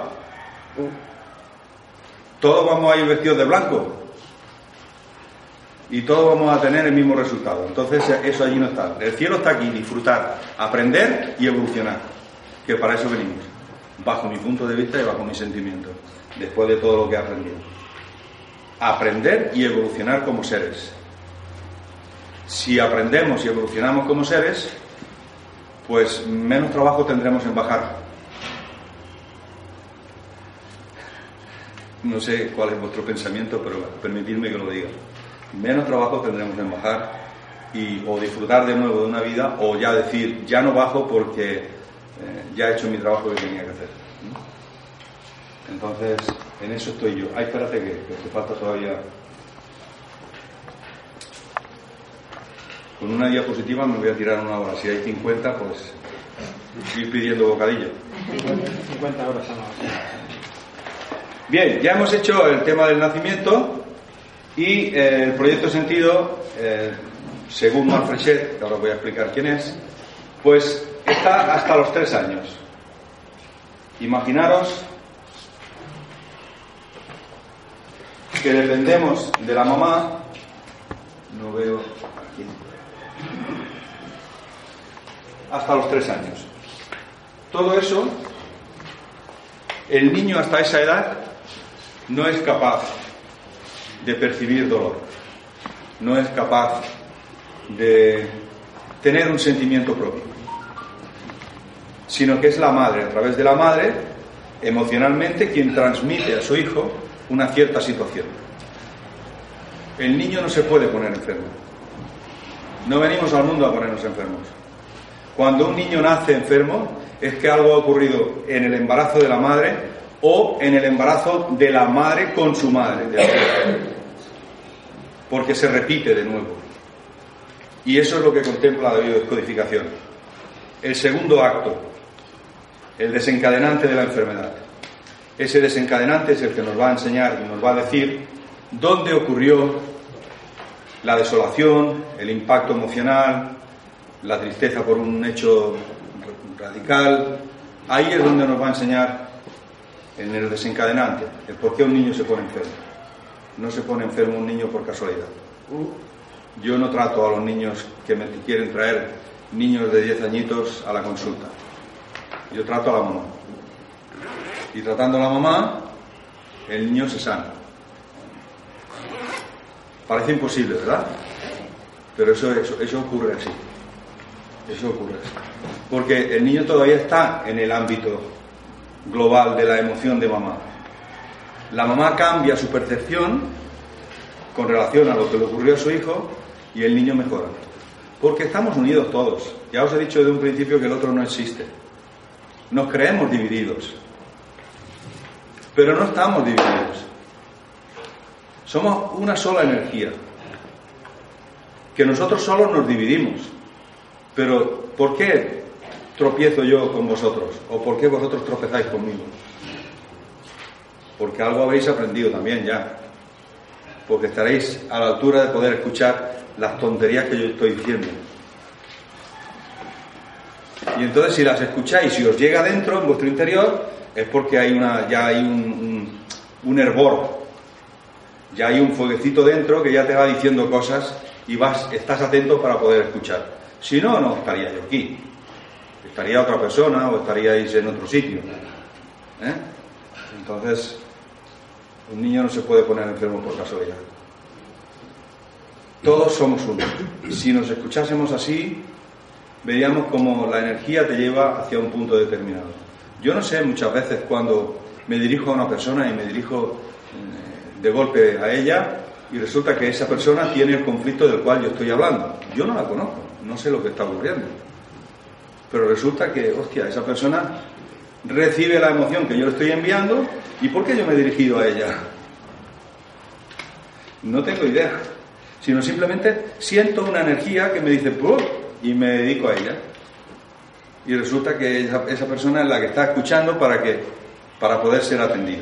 Todos vamos a ir vestidos de blanco y todos vamos a tener el mismo resultado. Entonces eso allí no está. El cielo está aquí, disfrutar, aprender y evolucionar, que para eso venimos, bajo mi punto de vista y bajo mi sentimiento, después de todo lo que he aprendido. Aprender y evolucionar como seres. Si aprendemos y evolucionamos como seres, pues menos trabajo tendremos en bajar. No sé cuál es vuestro pensamiento, pero permitidme que lo diga. Menos trabajo tendremos en bajar o disfrutar de nuevo de una vida, o ya decir, ya no bajo porque ya he hecho mi trabajo que tenía que hacer. Entonces, en eso estoy yo. Ay, espérate que te falta todavía. Con una diapositiva me voy a tirar una hora. Si hay 50, pues ir pidiendo bocadillo. 50 horas a la hora. Bien, ya hemos hecho el tema del nacimiento y el proyecto sentido, según Marc Frechet, que ahora voy a explicar quién es, pues está hasta los 3 años. Imaginaros que dependemos de la mamá. No veo aquí. Hasta los 3 años. Todo eso, el niño hasta esa edad no es capaz de percibir dolor, no es capaz de tener un sentimiento propio, sino que es la madre, a través de la madre, emocionalmente, quien transmite a su hijo una cierta situación. El niño no se puede poner enfermo. No venimos al mundo a ponernos enfermos. Cuando un niño nace enfermo, es que algo ha ocurrido en el embarazo de la madre o en el embarazo de la madre con su madre, porque se repite de nuevo. Y eso es lo que contempla la biodescodificación. El segundo acto, el desencadenante de la enfermedad. Ese desencadenante es el que nos va a enseñar y nos va a decir dónde ocurrió la desolación, el impacto emocional, la tristeza por un hecho radical. Ahí es donde nos va a enseñar, en el desencadenante, el por qué un niño se pone enfermo. No se pone enfermo un niño por casualidad. Yo no trato a los niños que me quieren traer, niños de 10 añitos, a la consulta. Yo trato a la mamá. Y tratando a la mamá, el niño se sana. Parece imposible, ¿verdad? Pero eso ocurre así. Eso ocurre. Porque el niño todavía está en el ámbito global de la emoción de mamá. La mamá cambia su percepción con relación a lo que le ocurrió a su hijo y el niño mejora. Porque estamos unidos todos. Ya os he dicho desde un principio que el otro no existe. Nos creemos divididos. Pero no estamos divididos. Somos una sola energía. Que nosotros solos nos dividimos. Pero, ¿por qué tropiezo yo con vosotros? ¿O por qué vosotros tropezáis conmigo? Porque algo habéis aprendido también ya. Porque estaréis a la altura de poder escuchar las tonterías que yo estoy diciendo. Y entonces, si las escucháis y os llega dentro, en vuestro interior, es porque ya hay un hervor. Ya hay un fueguecito dentro que ya te va diciendo cosas y estás atento para poder escuchar. Si no, no estaría yo aquí. Estaría otra persona o estaríais en otro sitio. Entonces, un niño no se puede poner enfermo por casualidad. Todos somos uno. Si nos escuchásemos así, veríamos como la energía te lleva hacia un punto determinado. Yo no sé muchas veces cuando me dirijo a una persona y me dirijo de golpe a ella y resulta que esa persona tiene el conflicto del cual yo estoy hablando. Yo no la conozco, no sé lo que está ocurriendo. Pero resulta que, hostia, esa persona recibe la emoción que yo le estoy enviando. ¿Y por qué yo me he dirigido a ella? No tengo idea. Sino simplemente siento una energía que me dice ¡pum! Y me dedico a ella. Y resulta que esa persona es la que está escuchando para poder ser atendida.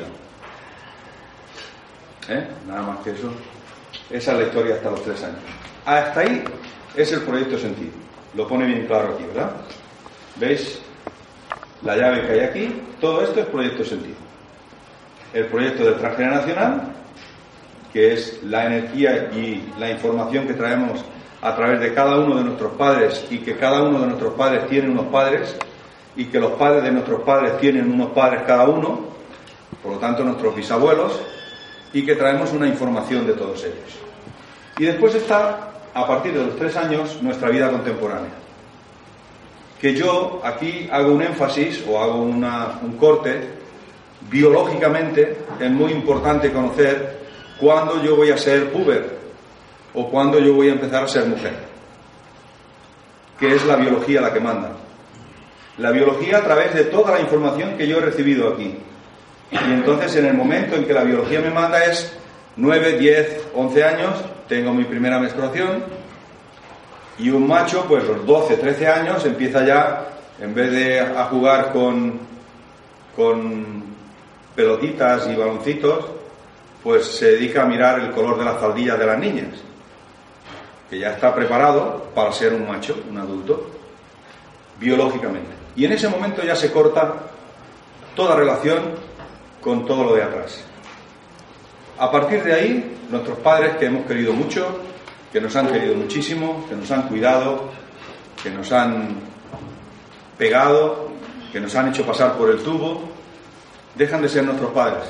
Nada más que eso. Esa es la historia hasta los 3 años. Hasta ahí es el proyecto sentido. Lo pone bien claro aquí, ¿verdad? ¿Veis? La llave que hay aquí. Todo esto es proyecto sentido. El proyecto del transgeneracional, que es la energía y la información que traemos a través de cada uno de nuestros padres y que cada uno de nuestros padres tiene unos padres y que los padres de nuestros padres tienen unos padres cada uno, por lo tanto nuestros bisabuelos, y que traemos una información de todos ellos. Y después está, a partir de los 3 años, nuestra vida contemporánea. Que yo aquí hago un énfasis o hago un corte. Biológicamente es muy importante conocer cuándo yo voy a ser puber o cuándo yo voy a empezar a ser mujer, que es la biología la que manda. La biología a través de toda la información que yo he recibido aquí. Y entonces en el momento en que la biología me manda es 9, 10, 11 años, tengo mi primera menstruación y un macho, pues los 12, 13 años empieza ya, en vez de a jugar con pelotitas y baloncitos, pues se dedica a mirar el color de las faldillas de las niñas, que ya está preparado para ser un macho, un adulto, biológicamente. Y en ese momento ya se corta toda relación con todo lo de atrás. A partir de ahí, nuestros padres, que hemos querido mucho, que nos han querido muchísimo, que nos han cuidado, que nos han pegado, que nos han hecho pasar por el tubo, dejan de ser nuestros padres.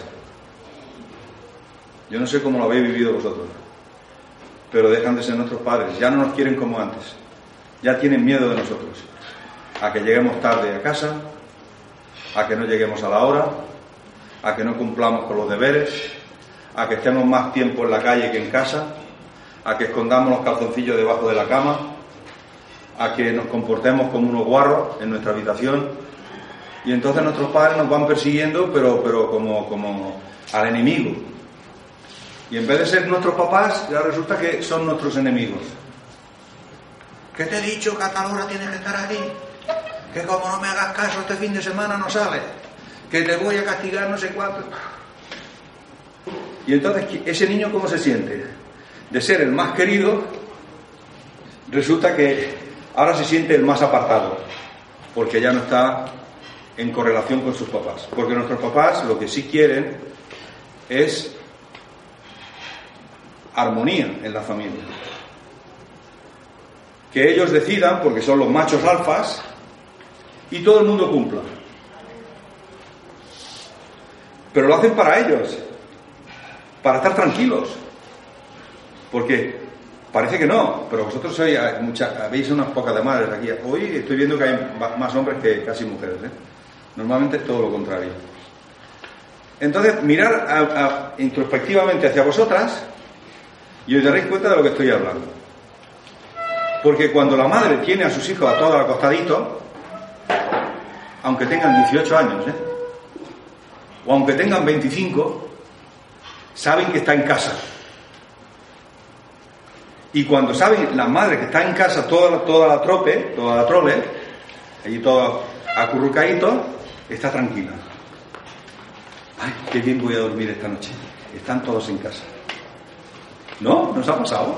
Yo no sé cómo lo habéis vivido vosotros, pero dejan de ser nuestros padres. Ya no nos quieren como antes. Ya tienen miedo de nosotros. A que lleguemos tarde a casa, a que no lleguemos a la hora, a que no cumplamos con los deberes, a que estemos más tiempo en la calle que en casa, a que escondamos los calzoncillos debajo de la cama, a que nos comportemos como unos guarros en nuestra habitación. Y entonces nuestros padres nos van persiguiendo, pero como al enemigo. Y en vez de ser nuestros papás, ya resulta que son nuestros enemigos. ¿Qué te he dicho que a tal hora tienes que estar aquí? Que como no me hagas caso este fin de semana no sales. Que te voy a castigar no sé cuánto. Y entonces, ¿ese niño cómo se siente? De ser el más querido, resulta que ahora se siente el más apartado, porque ya no está en correlación con sus papás. Porque nuestros papás lo que sí quieren es armonía en la familia. Que ellos decidan, porque son los machos alfas, y todo el mundo cumpla. Pero lo hacen para ellos, para estar tranquilos. Porque Parece que no, pero vosotros veis unas pocas de madres aquí. Hoy estoy viendo que hay más hombres que casi mujeres, ¿eh? Normalmente es todo lo contrario. Entonces, mirar introspectivamente hacia vosotras y os daréis cuenta de lo que estoy hablando. Porque cuando la madre tiene a sus hijos a todos acostaditos, aunque tengan 18 años, o aunque tengan 25, saben que está en casa. Y cuando saben las madres que está en casa toda la trole, allí todos acurrucaditos, está tranquila. Ay, qué bien voy a dormir esta noche. Están todos en casa. ¿No? ¿Nos ha pasado?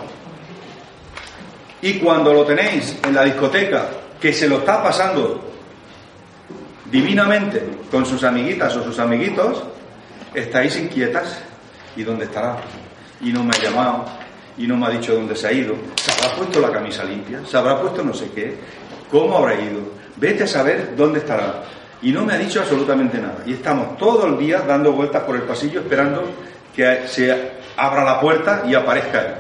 Y cuando lo tenéis en la discoteca, que se lo está pasando divinamente con sus amiguitas o sus amiguitos, estáis inquietas. ¿Y dónde estará? Y no me ha llamado, y no me ha dicho dónde se ha ido. ¿Se habrá puesto la camisa limpia? ¿Se habrá puesto no sé qué? ¿Cómo habrá ido? Vete a saber dónde estará. Y no me ha dicho absolutamente nada. Y estamos todo el día dando vueltas por el pasillo esperando que se abra la puerta y aparezca él.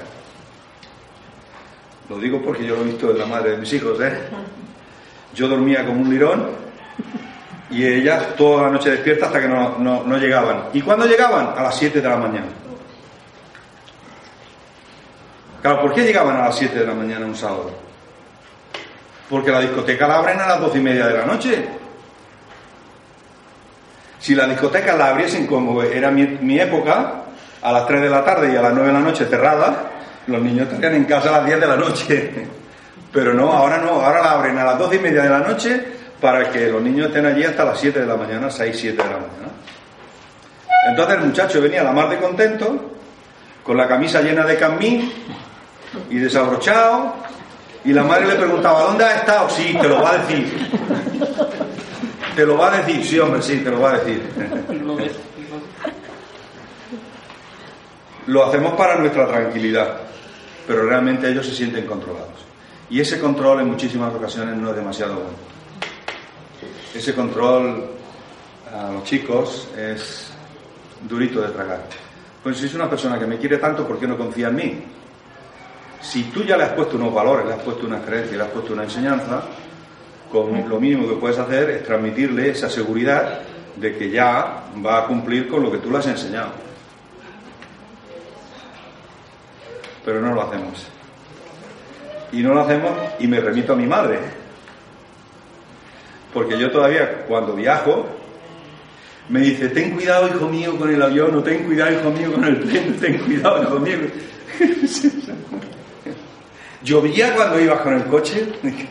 Lo digo porque yo lo he visto en la madre de mis hijos, ¿eh? Yo dormía como un lirón y ellas toda la noche despiertas hasta que no llegaban. ¿Y cuándo llegaban? A las 7 de la mañana. Claro, ¿por qué llegaban a las 7 de la mañana un sábado? Porque la discoteca la abren a las 12:30 de la noche. Si la discoteca la abriesen como era mi época, a las 3 de la tarde y a las 9 de la noche cerrada, los niños estarían en casa a las 10 de la noche. Pero no, ahora la abren a las 12:30 de la noche para que los niños estén allí hasta las 7 de la mañana, 6, 7 de la mañana. Entonces el muchacho venía a la mar de contento, con la camisa llena de camín y desabrochado, y la madre le preguntaba, ¿dónde has estado? Sí, te lo va a decir. ¿Te lo va a decir? Sí, hombre, sí, te lo va a decir. Lo hacemos para nuestra tranquilidad, pero realmente ellos se sienten controlados. Y ese control en muchísimas ocasiones no es demasiado bueno. Ese control a los chicos es durito de tragar. Pues si es una persona que me quiere tanto, ¿por qué no confía en mí? Si tú ya le has puesto unos valores, le has puesto una creencia, le has puesto una enseñanza, con lo mínimo que puedes hacer es transmitirle esa seguridad de que ya va a cumplir con lo que tú le has enseñado. Pero no lo hacemos. Y no lo hacemos, y me remito a mi madre. Porque yo todavía, cuando viajo, me dice, ten cuidado, hijo mío, con el avión, o ten cuidado, hijo mío, con el tren, ten cuidado, hijo mío. Llovía cuando ibas con el coche.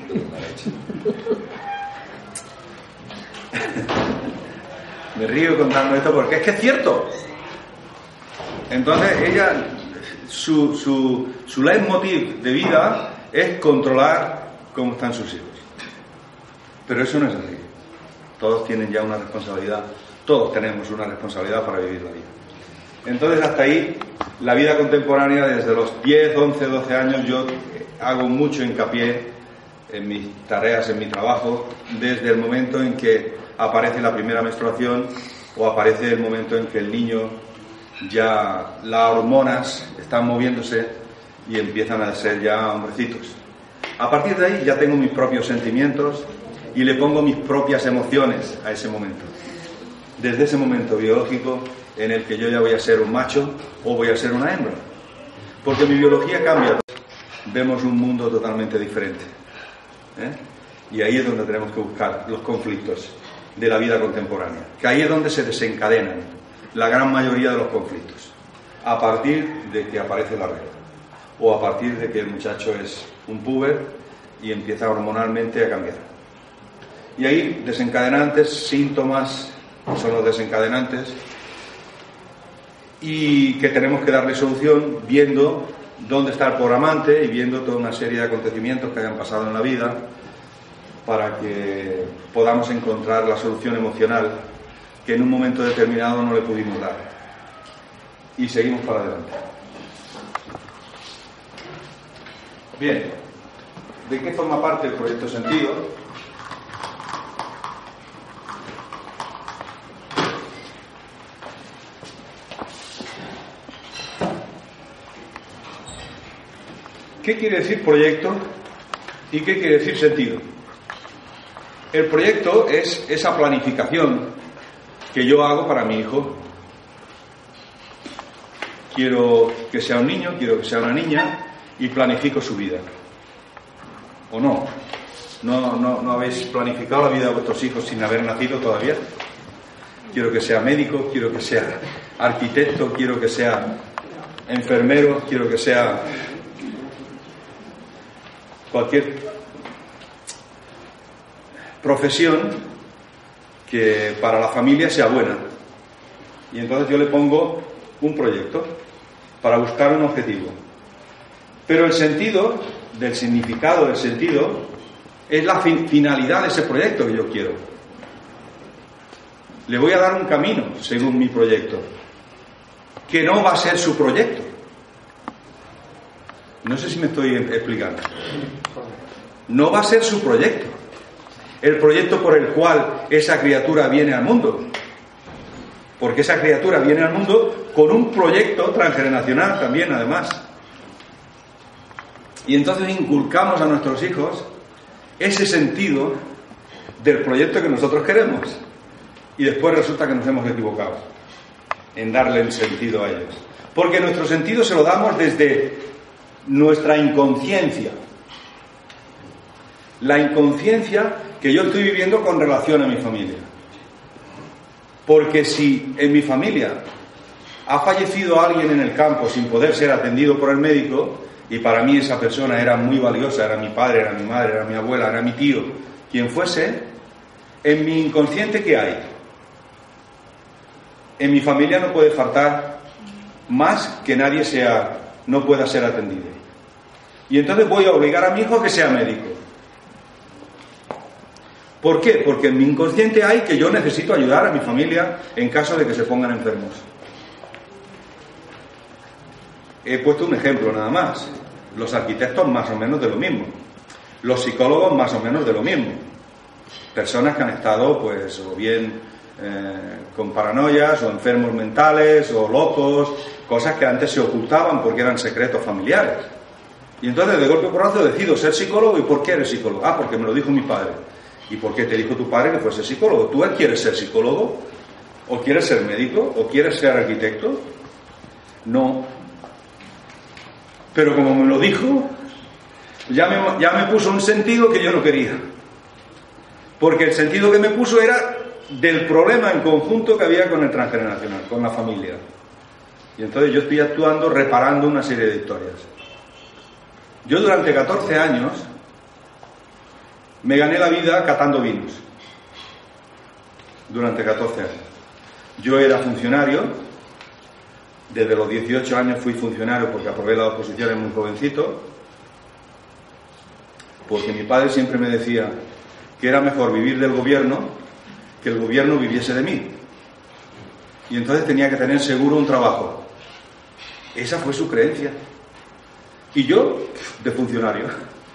Me río contando esto porque es que es cierto. Entonces ella, su leitmotiv de vida es controlar cómo están sus hijos. Pero eso no es así. Todos tienen ya una responsabilidad, todos tenemos una responsabilidad para vivir la vida. Entonces hasta ahí, la vida contemporánea, desde los 10, 11, 12 años, yo hago mucho hincapié en mis tareas, en mi trabajo, desde el momento en que aparece la primera menstruación o aparece el momento en que el niño ya las hormonas están moviéndose y empiezan a ser ya hombrecitos. A partir de ahí ya tengo mis propios sentimientos y le pongo mis propias emociones a ese momento. Desde ese momento biológico en el que yo ya voy a ser un macho o voy a ser una hembra. Porque mi biología cambia. Vemos un mundo totalmente diferente. Y ahí es donde tenemos que buscar los conflictos de la vida contemporánea. Que ahí es donde se desencadenan la gran mayoría de los conflictos. A partir de que aparece la regla. O a partir de que el muchacho es un puber y empieza hormonalmente a cambiar. Y ahí desencadenantes, síntomas, son los desencadenantes, y que tenemos que darle solución viendo dónde está el programante y viendo toda una serie de acontecimientos que hayan pasado en la vida para que podamos encontrar la solución emocional que en un momento determinado no le pudimos dar. Y seguimos para adelante. Bien, ¿de qué forma parte el proyecto Sentido? ¿qué quiere decir proyecto y qué quiere decir sentido? El proyecto es esa planificación que yo hago para mi hijo. Quiero que sea un niño, quiero que sea una niña y planifico su vida. ¿O no? ¿No habéis planificado la vida de vuestros hijos sin haber nacido todavía? Quiero que sea médico, quiero que sea arquitecto, quiero que sea enfermero, quiero que sea cualquier profesión que para la familia sea buena. Y entonces yo le pongo un proyecto para buscar un objetivo. Pero el sentido, del significado del sentido, es la finalidad de ese proyecto que yo quiero. Le voy a dar un camino según mi proyecto, que no va a ser su proyecto. No sé si me estoy explicando. No va a ser su proyecto. El proyecto por el cual esa criatura viene al mundo. Porque esa criatura viene al mundo con un proyecto transgeneracional también, además. Y entonces inculcamos a nuestros hijos ese sentido del proyecto que nosotros queremos. Y después resulta que nos hemos equivocado en darle el sentido a ellos. Porque nuestro sentido se lo damos desde nuestra inconsciencia. La inconsciencia que yo estoy viviendo con relación a mi familia. Porque si en mi familia ha fallecido alguien en el campo sin poder ser atendido por el médico, y para mí esa persona era muy valiosa, era mi padre, era mi madre, era mi abuela, era mi tío, quien fuese, en mi inconsciente, ¿qué hay? En mi familia no puede faltar más que nadie no pueda ser atendido. Y entonces voy a obligar a mi hijo a que sea médico. ¿Por qué? Porque en mi inconsciente hay que yo necesito ayudar a mi familia en caso de que se pongan enfermos. He puesto un ejemplo nada más. Los arquitectos más o menos de lo mismo. Los psicólogos más o menos de lo mismo. Personas que han estado, pues, o bien con paranoias, o enfermos mentales, o locos, cosas que antes se ocultaban porque eran secretos familiares. Y entonces, de golpe porrazo, decido ser psicólogo. ¿Y por qué eres psicólogo? Ah, porque me lo dijo mi padre. ¿Y por qué te dijo tu padre que fuese psicólogo? ¿Tú quieres ser psicólogo? ¿O quieres ser médico? ¿O quieres ser arquitecto? No. Pero como me lo dijo, ya me puso un sentido que yo no quería. Porque el sentido que me puso era del problema en conjunto que había con el transgeneracional, con la familia. Y entonces yo estoy actuando, reparando una serie de historias. Yo durante 14 años me gané la vida catando vinos. Durante 14 años. Yo era funcionario. Desde los 18 años fui funcionario porque aprobé las oposiciones muy jovencito. Porque mi padre siempre me decía que era mejor vivir del gobierno que el gobierno viviese de mí. Y entonces tenía que tener seguro un trabajo. Esa fue su creencia. Y yo, de funcionario.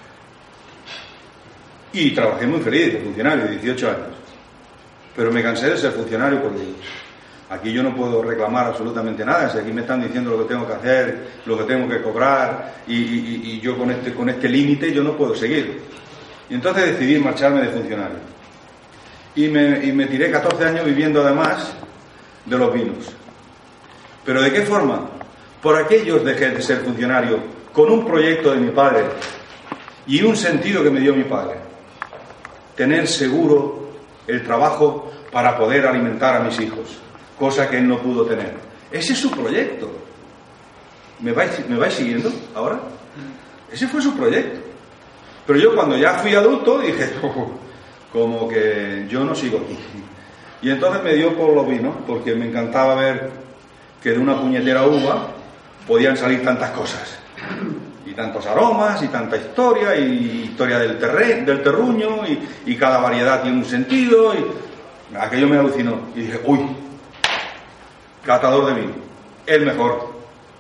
Y trabajé muy feliz de funcionario, de 18 años. Pero me cansé de ser funcionario porque aquí yo no puedo reclamar absolutamente nada. Si aquí me están diciendo lo que tengo que hacer, lo que tengo que cobrar, y yo con este límite yo no puedo seguir. Y entonces decidí marcharme de funcionario. Y me tiré 14 años viviendo además de los vinos. ¿Pero de qué forma? Por aquellos dejé de ser funcionario con un proyecto de mi padre y un sentido que me dio mi padre. Tener seguro el trabajo para poder alimentar a mis hijos, cosa que él no pudo tener. Ese es su proyecto. ¿Me vais siguiendo ahora? Ese fue su proyecto. Pero yo cuando ya fui adulto dije, como que yo no sigo aquí. Y entonces me dio por los vinos, porque me encantaba ver que de una puñetera uva podían salir tantas cosas. Y tantos aromas, y tanta historia, y historia del terruño, y cada variedad tiene un sentido, y aquello me alucinó. Y dije, uy, catador de vino, el mejor.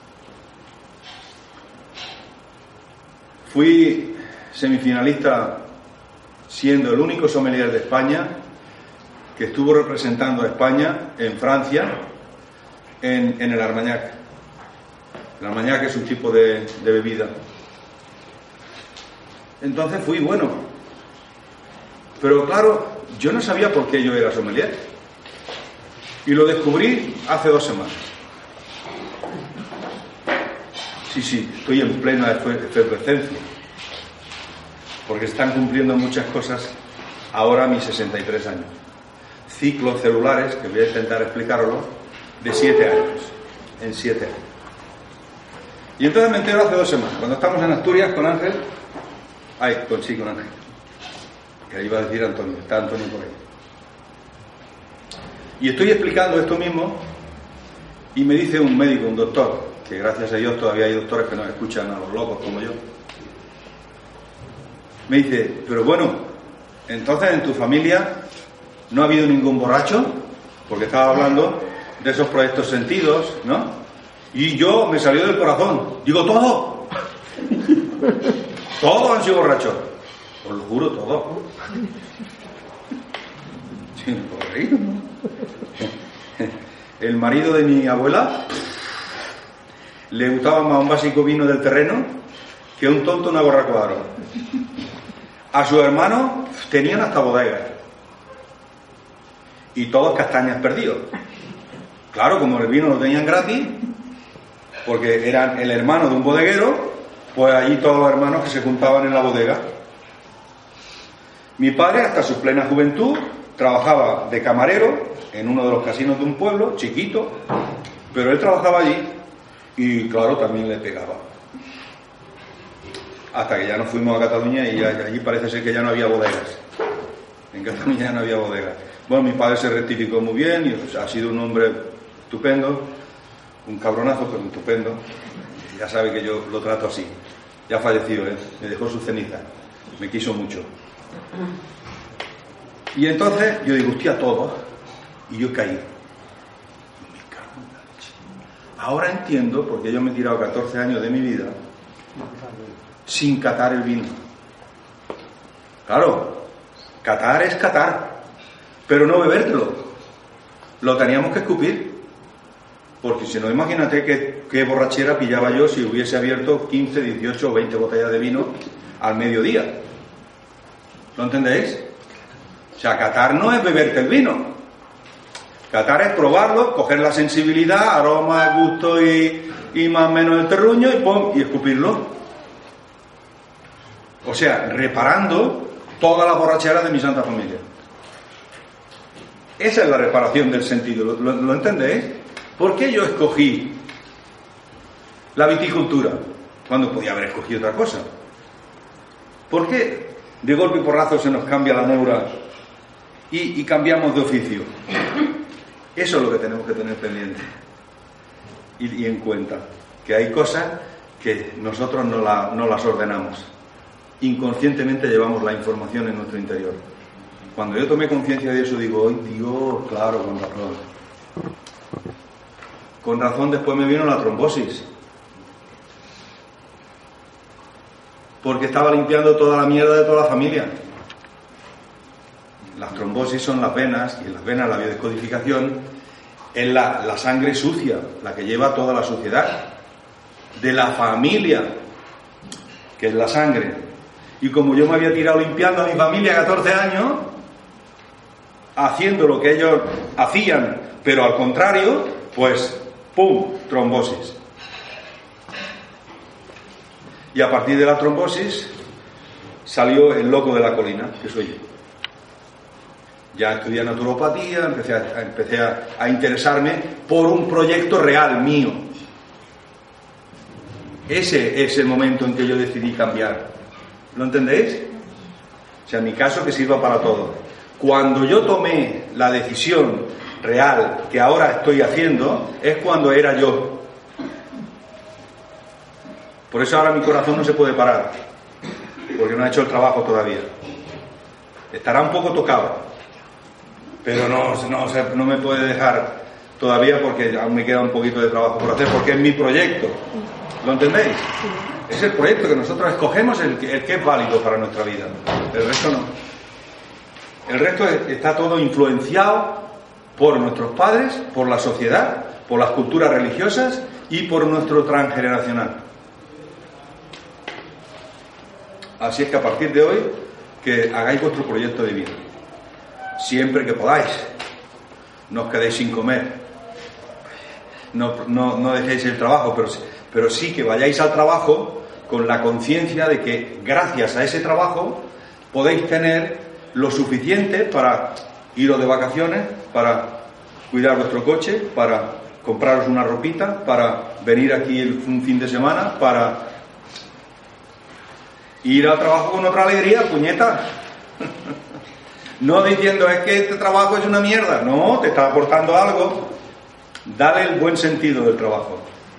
Fui semifinalista siendo el único sommelier de España que estuvo representando a España en Francia en el Armagnac. El Armagnac es un tipo de bebida. Entonces fui bueno. Pero claro, yo no sabía por qué yo era sommelier. Y lo descubrí hace 2 semanas. Sí, estoy en plena efervescencia. Porque están cumpliendo muchas cosas ahora a mis 63 años. Ciclos celulares, que voy a intentar explicarlo, de 7 años. En 7 años. Y entonces me entero hace 2 semanas, cuando estamos en Asturias con Ángel. Con Ángel. Que iba a decir Antonio, está Antonio por ahí. Y estoy explicando esto mismo y me dice un médico, un doctor, que gracias a Dios todavía hay doctores que nos escuchan a los locos como yo. Me dice, pero bueno, entonces en tu familia no ha habido ningún borracho, porque estaba hablando de esos proyectos sentidos, ¿no? Y yo me salió del corazón, digo, todo. Todos han sido borrachos. Os lo juro, todos. Sí, por ahí. El marido de mi abuela le gustaba más un básico vino del terreno que un tonto una gorra cuadro. A su hermano tenían hasta bodegas. Y todos castañas perdidos. Claro, como el vino lo tenían gratis, porque eran el hermano de un bodeguero, pues allí todos los hermanos que se juntaban en la bodega. Mi padre, hasta su plena juventud, trabajaba de camarero en uno de los casinos de un pueblo, chiquito, pero él trabajaba allí y, claro, también le pegaba. Hasta que ya nos fuimos a Cataluña y allí parece ser que ya no había bodegas. En Cataluña ya no había bodegas. Bueno, mi padre se rectificó muy bien y ha sido un hombre estupendo, un cabronazo, pero estupendo. Ya sabe que yo lo trato así. Ya falleció, me dejó su ceniza. Me quiso mucho. Y entonces yo digo, hostia, todos. Y yo caí. Ahora entiendo por qué yo me he tirado 14 años de mi vida sin catar el vino. Claro, catar es catar, pero no bebértelo. Lo teníamos que escupir. Porque si no, imagínate qué borrachera pillaba yo si hubiese abierto 15, 18 o 20 botellas de vino al mediodía. ¿Lo entendéis? O sea, catar no es beberte el vino. Catar es probarlo, coger la sensibilidad, aroma, gusto y más o menos el terruño y ¡pum! Y escupirlo. O sea, reparando toda la borrachera de mi santa familia. Esa es la reparación del sentido. ¿Lo entendéis? ¿Por qué yo escogí la viticultura cuando podía haber escogido otra cosa? ¿Por qué de golpe y porrazo se nos cambia la neura y cambiamos de oficio? Eso es lo que tenemos que tener pendiente y en cuenta, que hay cosas que nosotros no las ordenamos. Inconscientemente llevamos la información en nuestro interior. Cuando yo tomé conciencia de eso digo, ¡ay Dios! Claro, con razón. Con razón después me vino la trombosis. Porque estaba limpiando toda la mierda de toda la familia. Las trombosis son las venas, y en las venas la biodescodificación es la sangre sucia, la que lleva toda la suciedad de la familia, que es la sangre. Y como yo me había tirado limpiando a mi familia 14 años, haciendo lo que ellos hacían, pero al contrario, pues ¡pum! Trombosis. Y a partir de la trombosis salió el loco de la colina, que soy yo. Ya estudié naturopatía, empecé a interesarme por un proyecto real mío. Ese es el momento en que yo decidí cambiar. ¿Lo entendéis? O sea, en mi caso que sirva para todo. Cuando yo tomé la decisión real que ahora estoy haciendo, es cuando era yo. Por eso ahora mi corazón no se puede parar, porque no ha hecho el trabajo todavía. Estará un poco tocado, pero no me puede dejar todavía porque aún me queda un poquito de trabajo por hacer, porque es mi proyecto. ¿Lo entendéis? Es el proyecto que nosotros escogemos, el que es válido para nuestra vida. El resto no. El resto está todo influenciado por nuestros padres, por la sociedad, por las culturas religiosas y por nuestro transgeneracional. Así es que a partir de hoy, que hagáis vuestro proyecto de vida. Siempre que podáis. No os quedéis sin comer. No dejéis el trabajo, pero sí que vayáis al trabajo con la conciencia de que gracias a ese trabajo podéis tener lo suficiente para iros de vacaciones, para cuidar vuestro coche, para compraros una ropita, para venir aquí un fin de semana, para ir al trabajo con otra alegría, puñeta. No diciendo es que este trabajo es una mierda. No, te está aportando algo. Dale el buen sentido del trabajo.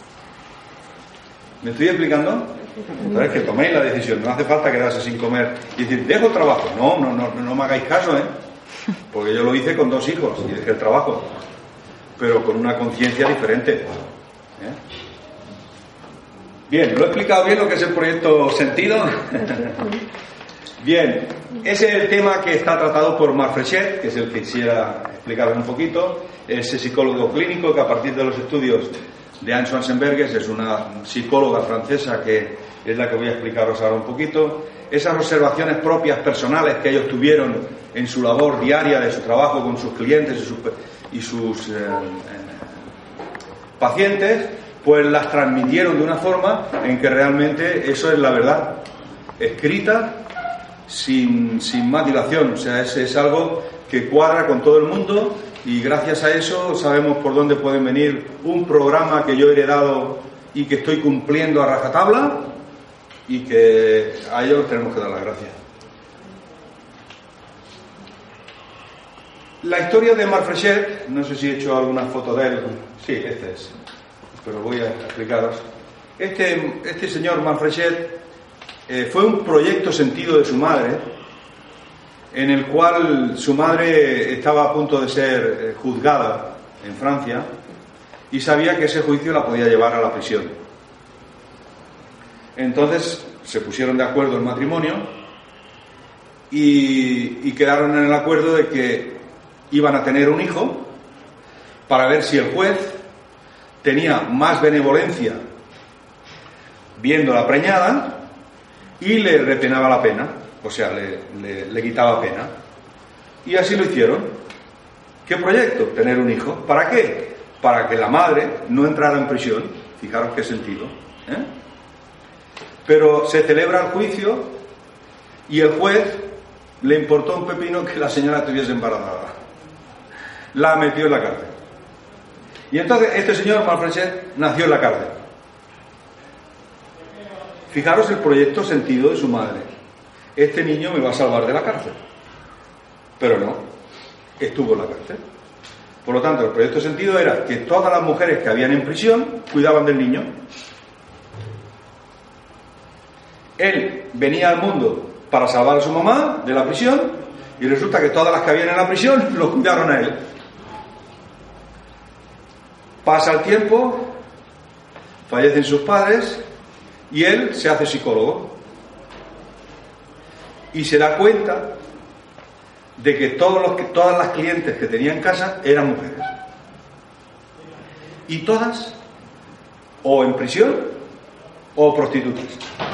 ¿Me estoy explicando? Entonces que toméis la decisión. No hace falta quedarse sin comer y decir, dejo el trabajo. No me hagáis caso, porque yo lo hice con 2 hijos y dejé el trabajo, pero con una conciencia diferente. Bien, ¿lo he explicado bien lo que es el proyecto Sentido? Bien, ese es el tema que está tratado por Marc Frechet, que es el que quisiera explicar un poquito. Ese psicólogo clínico que a partir de los estudios de Anne Schwarzenberger, es una psicóloga francesa que es la que voy a explicaros ahora un poquito. Esas observaciones propias, personales, que ellos tuvieron en su labor diaria de su trabajo con sus clientes y sus pacientes, pues las transmitieron de una forma en que realmente eso es la verdad escrita sin más dilación. O sea, es algo que cuadra con todo el mundo y gracias a eso sabemos por dónde pueden venir un programa que yo he heredado y que estoy cumpliendo a rajatabla y que a ellos tenemos que dar las gracias. La historia de Marc Frechet, no sé si he hecho alguna foto de él. Sí, este es, pero voy a explicaros. Este señor Marc Frechet fue un proyecto sentido de su madre, en el cual su madre estaba a punto de ser juzgada en Francia y sabía que ese juicio la podía llevar a la prisión. Entonces se pusieron de acuerdo el matrimonio y quedaron en el acuerdo de que iban a tener un hijo para ver si el juez tenía más benevolencia viendo la preñada y le repenaba la pena, o sea, le quitaba pena. Y así lo hicieron. ¿Qué proyecto? Tener un hijo. ¿Para qué? Para que la madre no entrara en prisión. Fijaros qué sentido. Pero se celebra el juicio y el juez le importó un pepino que la señora estuviese embarazada. La metió en la cárcel. Y entonces este señor Marc Frechet nació en la cárcel. Fijaros el proyecto sentido de su madre. Este niño me va a salvar de la cárcel. Pero no, estuvo en la cárcel. Por lo tanto, el proyecto sentido era que todas las mujeres que habían en prisión cuidaban del niño. Él venía al mundo para salvar a su mamá de la prisión y resulta que todas las que habían en la prisión lo cuidaron a él. Pasa el tiempo, fallecen sus padres y él se hace psicólogo y se da cuenta de que todas las clientes que tenía en casa eran mujeres y todas o en prisión o prostitutas.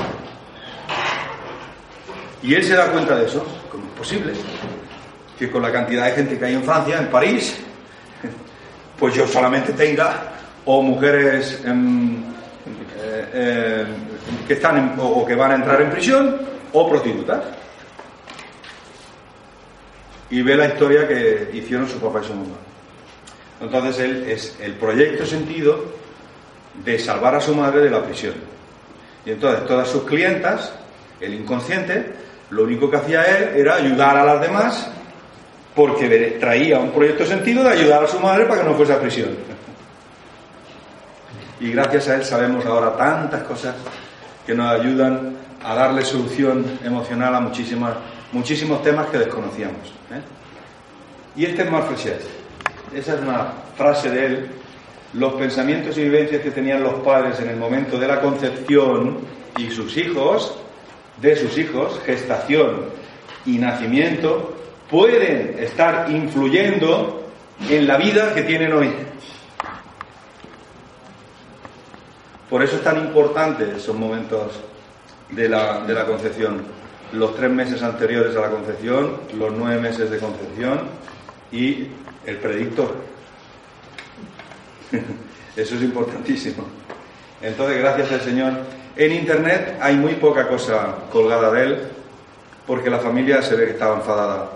Y él se da cuenta de eso. ¿Cómo es posible que con la cantidad de gente que hay en Francia, en París, pues yo solamente tenga o mujeres que están o que van a entrar en prisión o prostitutas? Y ve la historia que hicieron su papá y su mamá. Entonces él es el proyecto sentido de salvar a su madre de la prisión. Y entonces todas sus clientas, el inconsciente, lo único que hacía él era ayudar a las demás porque le traía un proyecto sentido de ayudar a su madre para que no fuese a prisión. Y gracias a él sabemos ahora tantas cosas que nos ayudan a darle solución emocional a muchísimos temas que desconocíamos. Y este es Marc Frechet. Esa es una frase de él. Los pensamientos y vivencias que tenían los padres en el momento de la concepción y sus hijos, gestación y nacimiento, pueden estar influyendo en la vida que tienen hoy. Por eso es tan importante esos momentos de la concepción. los 3 meses anteriores a la concepción, los 9 meses de concepción y el predictor. Eso es importantísimo. Entonces, gracias al Señor. En Internet hay muy poca cosa colgada de él, porque la familia se ve que estaba enfadada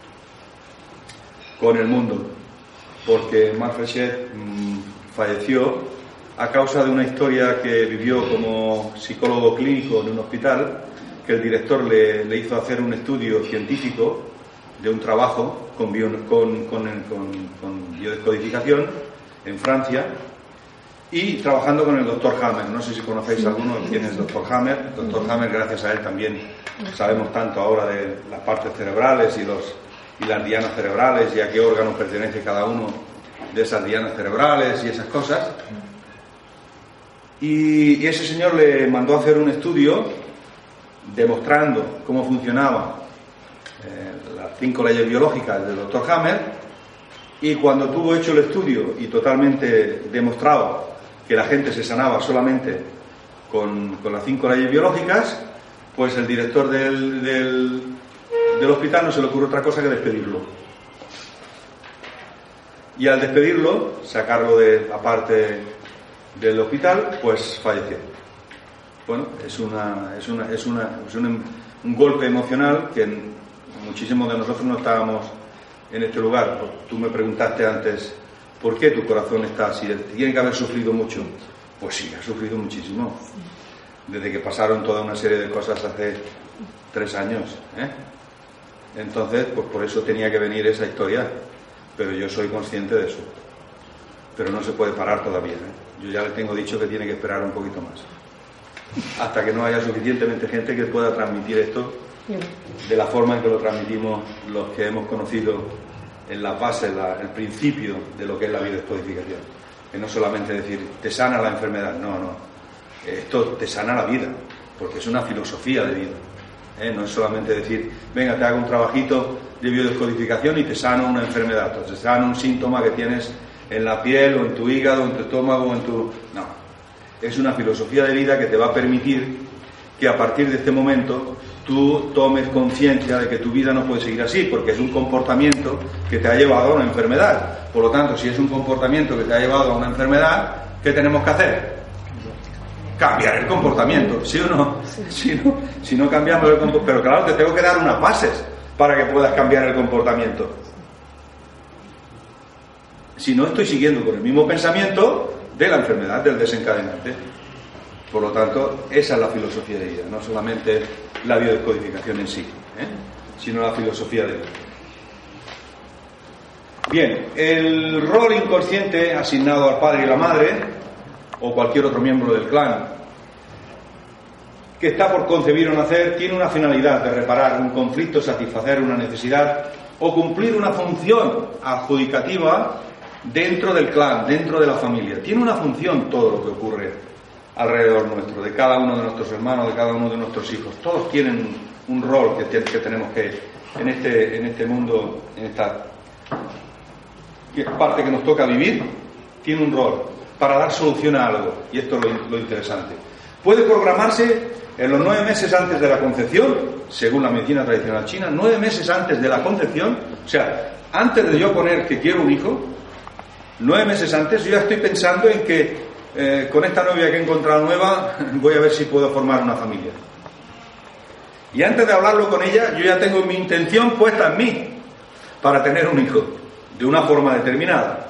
con el mundo, porque Marc Fréchet falleció a causa de una historia que vivió como psicólogo clínico en un hospital, que el director le hizo hacer un estudio científico de un trabajo con biodescodificación en Francia, y trabajando con el doctor Hammer. No sé si conocéis alguno de quién es el doctor Hammer. El doctor Hammer, gracias a él también sabemos tanto ahora de las partes cerebrales y las dianas cerebrales y a qué órgano pertenece cada uno de esas dianas cerebrales y esas cosas. Y ese señor le mandó a hacer un estudio demostrando cómo funcionaban las 5 leyes biológicas del doctor Hammer, y cuando tuvo hecho el estudio y totalmente demostrado que la gente se sanaba solamente con las 5 leyes biológicas, pues el director del hospital no se le ocurrió otra cosa que despedirlo. Y al despedirlo, sacarlo de aparte del hospital, pues falleció. Bueno, es un golpe emocional que muchísimos de nosotros no estábamos en este lugar. Tú me preguntaste antes, ¿por qué tu corazón está así? ¿Tiene que haber sufrido mucho? Pues sí, ha sufrido muchísimo. Desde que pasaron toda una serie de cosas hace 3 años, ¿eh? Entonces, pues por eso tenía que venir esa historia. Pero yo soy consciente de eso. Pero no se puede parar todavía, ¿eh? Yo ya le tengo dicho que tiene que esperar un poquito más. Hasta que no haya suficientemente gente que pueda transmitir esto de la forma en que lo transmitimos los que hemos conocido en la base, el principio de lo que es la biodescodificación. Que no solamente decir, te sana la enfermedad, no. Esto te sana la vida, porque es una filosofía de vida. No es solamente decir, venga, te hago un trabajito de biodescodificación y te sano una enfermedad, te sano un síntoma que tienes en la piel o en tu hígado o en tu estómago o en tu... No, es una filosofía de vida que te va a permitir que a partir de este momento tú tomes conciencia de que tu vida no puede seguir así, porque es un comportamiento que te ha llevado a una enfermedad. Por lo tanto, si es un comportamiento que te ha llevado a una enfermedad, ¿qué tenemos que hacer? Cambiar el comportamiento, ¿sí o no? Si no cambiamos el comportamiento, pero claro, te tengo que dar unas bases para que puedas cambiar el comportamiento. Si no, estoy siguiendo con el mismo pensamiento de la enfermedad, del desencadenante. Por lo tanto, esa es la filosofía de vida, no solamente la biodescodificación en sí, sino la filosofía de vida. Bien, el rol inconsciente asignado al padre y la madre, o cualquier otro miembro del clan, que está por concebir o nacer, tiene una finalidad de reparar un conflicto, satisfacer una necesidad o cumplir una función adjudicativa dentro del clan, dentro de la familia. Tiene una función todo lo que ocurre alrededor nuestro, de cada uno de nuestros hermanos, de cada uno de nuestros hijos. Todos tienen un rol que tenemos que, en este mundo, en esta parte que nos toca vivir, tiene un rol para dar solución a algo. Y esto es lo interesante. Puede programarse en los 9 meses antes de la concepción, según la medicina tradicional china, 9 meses antes de la concepción, o sea, antes de yo poner que quiero un hijo, 9 meses antes, yo ya estoy pensando en que con esta novia que he encontrado nueva, voy a ver si puedo formar una familia. Y antes de hablarlo con ella, yo ya tengo mi intención puesta en mí para tener un hijo, de una forma determinada.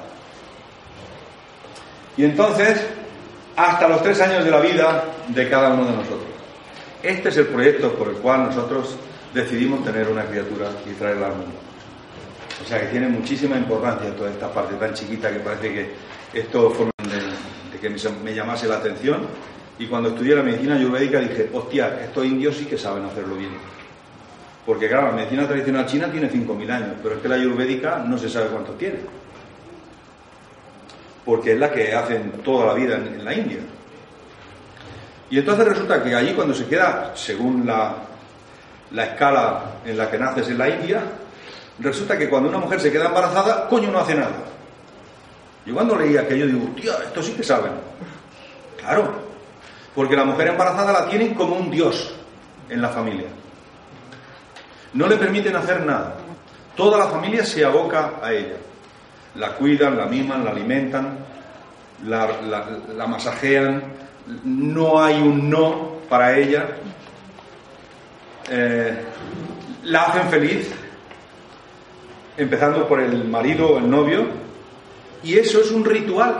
Y entonces, hasta los 3 años de la vida de cada uno de nosotros. Este es el proyecto por el cual nosotros decidimos tener una criatura y traerla al mundo. O sea que tiene muchísima importancia toda esta parte tan chiquita que parece que esto forma de que me llamase la atención. Y cuando estudié la medicina ayurvédica dije, hostia, estos indios sí que saben hacerlo bien. Porque claro, la medicina tradicional china tiene 5.000 años, pero es que la ayurvédica no se sabe cuántos tiene. Porque es la que hacen toda la vida en la India. Y entonces resulta que allí cuando se queda, según la escala en la que naces en la India, resulta que cuando una mujer se queda embarazada, coño, no hace nada. Yo cuando leí aquello digo, tío, esto sí que saben. Claro, porque la mujer embarazada la tienen como un dios en la familia. No le permiten hacer nada. Toda la familia se aboca a ella. La cuidan, la miman, la alimentan, la masajean. No hay un no para ella. La hacen feliz, empezando por el marido o el novio. Y eso es un ritual.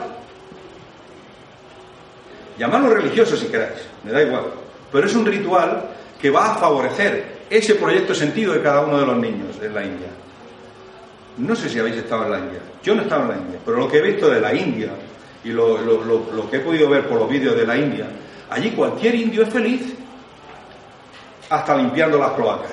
Llamadlo religioso si queráis, me da igual. Pero es un ritual que va a favorecer ese proyecto sentido de cada uno de los niños en la India. No sé si habéis estado en la India. Yo no he estado en la India, pero lo que he visto de la India y lo que he podido ver por los vídeos de la India, allí cualquier indio es feliz, hasta limpiando las cloacas.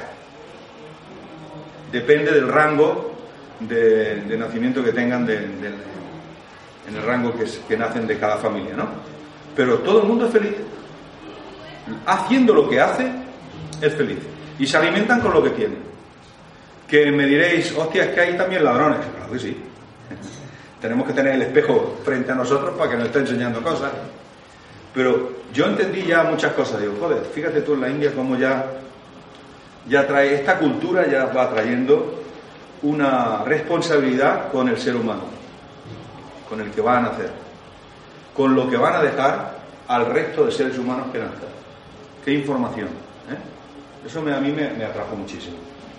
Depende del rango de nacimiento que tengan, en el rango que nacen de cada familia, ¿no? Pero todo el mundo es feliz. Haciendo lo que hace, es feliz. Y se alimentan con lo que tienen. Que me diréis, hostia, es que hay también ladrones. Claro que sí. Tenemos que tener el espejo frente a nosotros para que nos esté enseñando cosas. Pero yo entendí ya muchas cosas. Digo, joder, fíjate tú en la India cómo ya trae, esta cultura ya va trayendo una responsabilidad con el ser humano, con el que van a nacer, con lo que van a dejar al resto de seres humanos que nazcan. Qué información, ¿eh? Eso a mí me atrajo muchísimo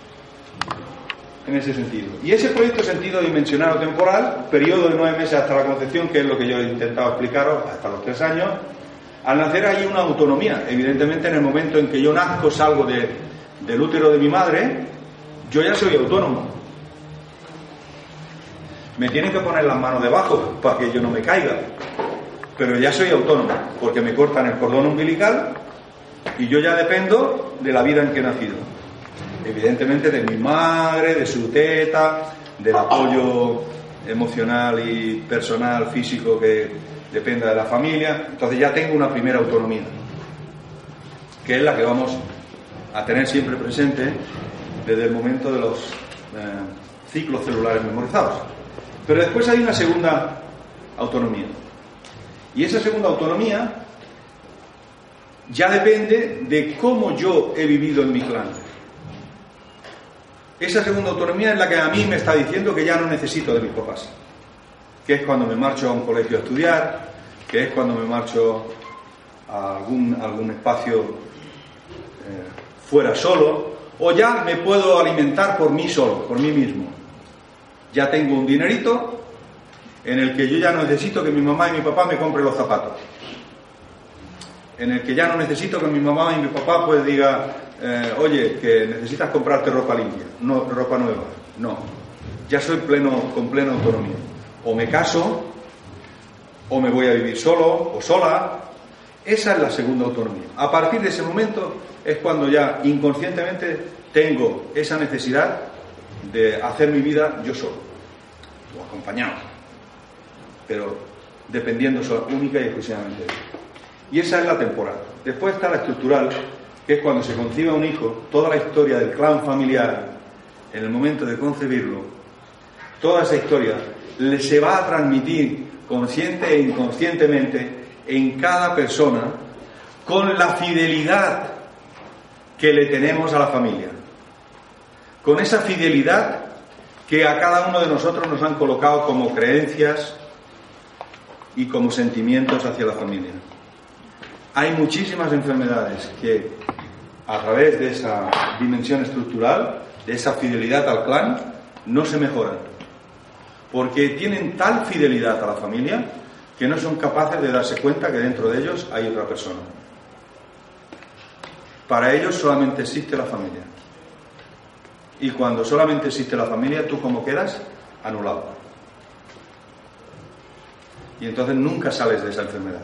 en ese sentido. Y ese proyecto sentido dimensional o temporal, periodo de 9 meses hasta la concepción, que es lo que yo he intentado explicaros, hasta los 3 años. Al nacer hay una autonomía. Evidentemente, en el momento en que yo nazco, salgo del útero de mi madre, yo ya soy autónomo. Me tienen que poner las manos debajo para que yo no me caiga, pero ya soy autónomo, porque me cortan el cordón umbilical y yo ya dependo de la vida en que he nacido. Evidentemente de mi madre, de su teta, del apoyo emocional y personal, físico, que dependa de la familia. Entonces ya tengo una primera autonomía, que es la que vamos a tener siempre presente desde el momento de los ciclos celulares memorizados. Pero después hay una segunda autonomía. Y esa segunda autonomía ya depende de cómo yo he vivido en mi clan. Esa segunda autonomía es la que a mí me está diciendo que ya no necesito de mis papás. Que es cuando me marcho a un colegio a estudiar, que es cuando me marcho a algún espacio fuera solo, o ya me puedo alimentar por mí solo, por mí mismo. Ya tengo un dinerito en el que yo ya no necesito que mi mamá y mi papá me compren los zapatos. En el que ya no necesito que mi mamá y mi papá pues diga, oye, que necesitas comprarte ropa limpia, no ropa nueva. No, ya soy con plena autonomía. O me caso, o me voy a vivir solo o sola. Esa es la segunda autonomía. A partir de ese momento es cuando ya inconscientemente tengo esa necesidad de hacer mi vida yo solo, o acompañado, pero dependiendo única y exclusivamente de él. Y esa es la temporal. Después está la estructural, que es cuando se concibe un hijo, toda la historia del clan familiar, en el momento de concebirlo, toda esa historia se va a transmitir consciente e inconscientemente en cada persona con la fidelidad que le tenemos a la familia, con esa fidelidad que a cada uno de nosotros nos han colocado como creencias y como sentimientos hacia la familia. Hay muchísimas enfermedades que a través de esa dimensión estructural, de esa fidelidad al clan, no se mejoran, porque tienen tal fidelidad a la familia que no son capaces de darse cuenta que dentro de ellos hay otra persona. Para ellos solamente existe la familia. Y cuando solamente existe la familia, ¿tú cómo quedas? Anulado. Y entonces nunca sales de esa enfermedad.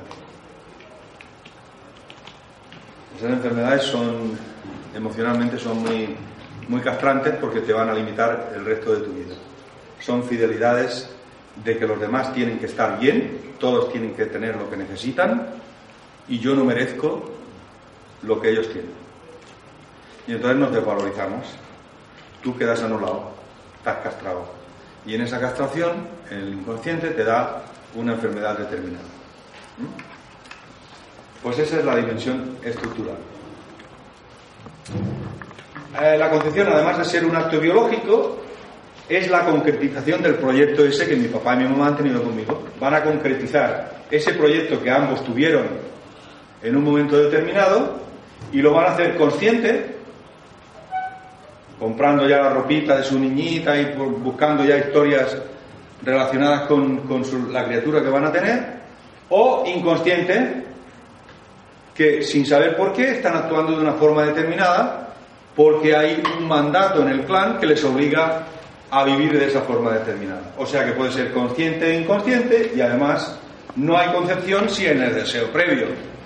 Esas enfermedades emocionalmente son muy castrantes, porque te van a limitar el resto de tu vida. Son fidelidades de que los demás tienen que estar bien, todos tienen que tener lo que necesitan, y yo no merezco lo que ellos tienen. Y entonces nos desvalorizamos. Tú quedas anulado, estás castrado. Y en esa castración, el inconsciente te da una enfermedad determinada. Pues esa es la dimensión estructural. la concepción, además de ser un acto biológico, es la concretización del proyecto ese que mi papá y mi mamá han tenido conmigo. Van a concretizar ese proyecto que ambos tuvieron en un momento determinado y lo van a hacer consciente, comprando ya la ropita de su niñita y buscando ya historias relacionadas con la criatura que van a tener, o inconsciente, que sin saber por qué están actuando de una forma determinada porque hay un mandato en el clan que les obliga a vivir de esa forma determinada. O sea que puede ser consciente e inconsciente, y además no hay concepción si en el deseo previo.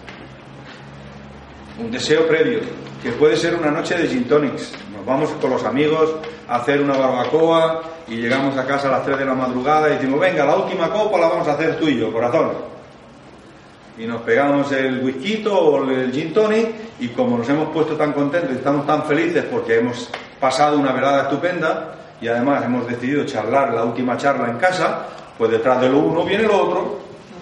Un deseo previo, que puede ser una noche de gin tonics. Nos vamos con los amigos a hacer una barbacoa y llegamos a casa a las 3 de la madrugada y decimos, venga, la última copa la vamos a hacer tú y yo, corazón. Y nos pegamos el whisky o el gin tonic, y como nos hemos puesto tan contentos y estamos tan felices porque hemos pasado una velada estupenda y además hemos decidido charlar la última charla en casa, pues detrás de lo uno viene lo otro,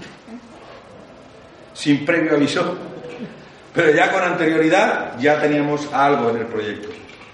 sin previo aviso. Pero ya con anterioridad ya teníamos algo en el proyecto.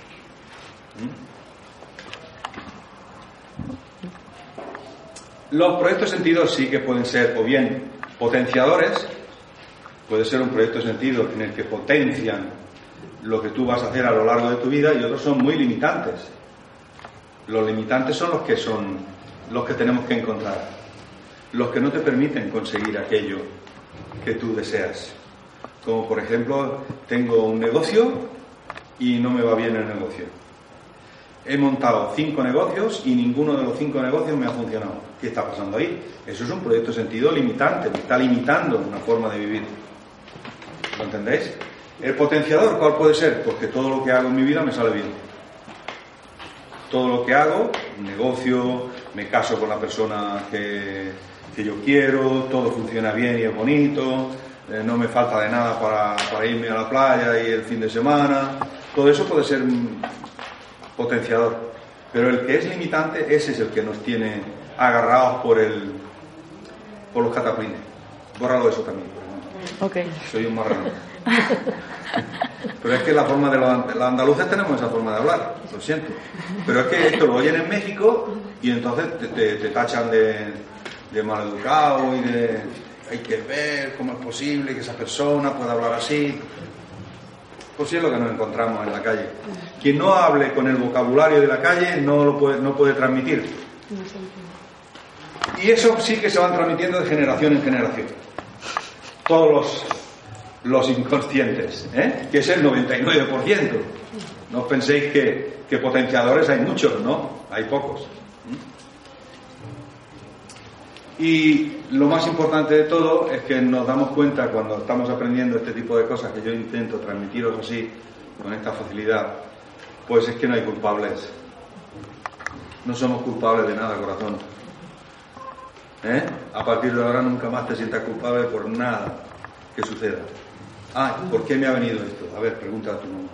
Los proyectos de sentido sí que pueden ser o bien potenciadores, puede ser un proyecto de sentido en el que potencian lo que tú vas a hacer a lo largo de tu vida, y otros son muy limitantes. Los limitantes son los que tenemos que encontrar, los que no te permiten conseguir aquello que tú deseas. Como por ejemplo, tengo un negocio y no me va bien el negocio. He montado 5 negocios y ninguno de los 5 negocios me ha funcionado. ¿Qué está pasando ahí? Eso es un proyecto de sentido limitante, me está limitando una forma de vivir. ¿Lo entendéis? El potenciador, ¿cuál puede ser? Pues que todo lo que hago en mi vida me sale bien. Todo lo que hago, un negocio, me caso con la persona que yo quiero, todo funciona bien y es bonito, no me falta de nada para irme a la playa y el fin de semana. Todo eso puede ser potenciador, pero el que es limitante, ese es el que nos tiene agarrados por los cataplines. Bórralo eso también, okay. Soy un marrano. Pero es que la forma de los andaluces tenemos esa forma de hablar, lo siento, pero es que esto lo oyen en México y entonces te tachan de maleducado y de hay que ver cómo es posible que esa persona pueda hablar así. Pues sí, es lo que nos encontramos en la calle. Quien no hable con el vocabulario de la calle no puede transmitir. Y eso sí que se van transmitiendo de generación en generación. Todos los inconscientes, que es el 99%. No os penséis que potenciadores hay muchos, ¿no? Hay pocos. Y lo más importante de todo es que nos damos cuenta cuando estamos aprendiendo este tipo de cosas que yo intento transmitiros así, con esta facilidad, pues es que no hay culpables. No somos culpables de nada, corazón. A partir de ahora nunca más te sientas culpable por nada que suceda. ¿Por qué me ha venido esto? A ver, pregunta a tu mamá.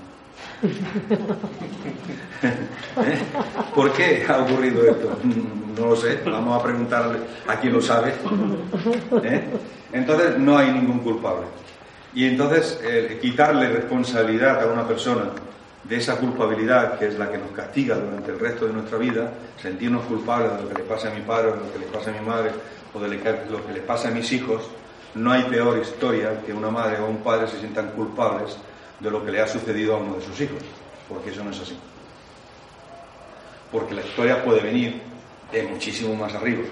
¿Por qué ha ocurrido esto? No lo sé, vamos a preguntarle a quien lo sabe. Entonces no hay ningún culpable. Y entonces quitarle responsabilidad a una persona de esa culpabilidad que es la que nos castiga durante el resto de nuestra vida, sentirnos culpables de lo que le pasa a mi padre, o de lo que le pasa a mi madre, o de lo que le pasa a mis hijos, no hay peor historia que una madre o un padre se sientan culpables de lo que le ha sucedido a uno de sus hijos, porque eso no es así. Porque la historia puede venir de muchísimo más arriba.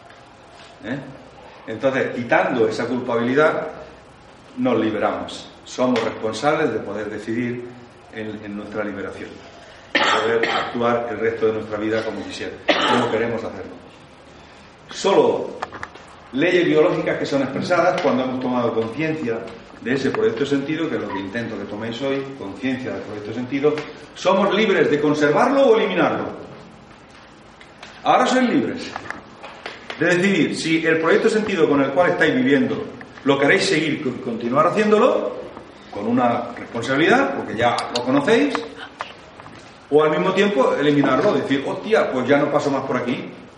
Entonces, quitando esa culpabilidad, nos liberamos. Somos responsables de poder decidir en nuestra liberación, de poder actuar el resto de nuestra vida como queremos hacerlo. Solo leyes biológicas que son expresadas cuando hemos tomado conciencia de ese proyecto de sentido, que es lo que intento que toméis hoy, conciencia del proyecto de sentido. Somos libres de conservarlo o eliminarlo. Ahora sois libres de decidir si el proyecto de sentido con el cual estáis viviendo lo queréis seguir, continuar haciéndolo con una responsabilidad, porque ya lo conocéis, o al mismo tiempo eliminarlo, decir, hostia, pues ya no paso más por aquí.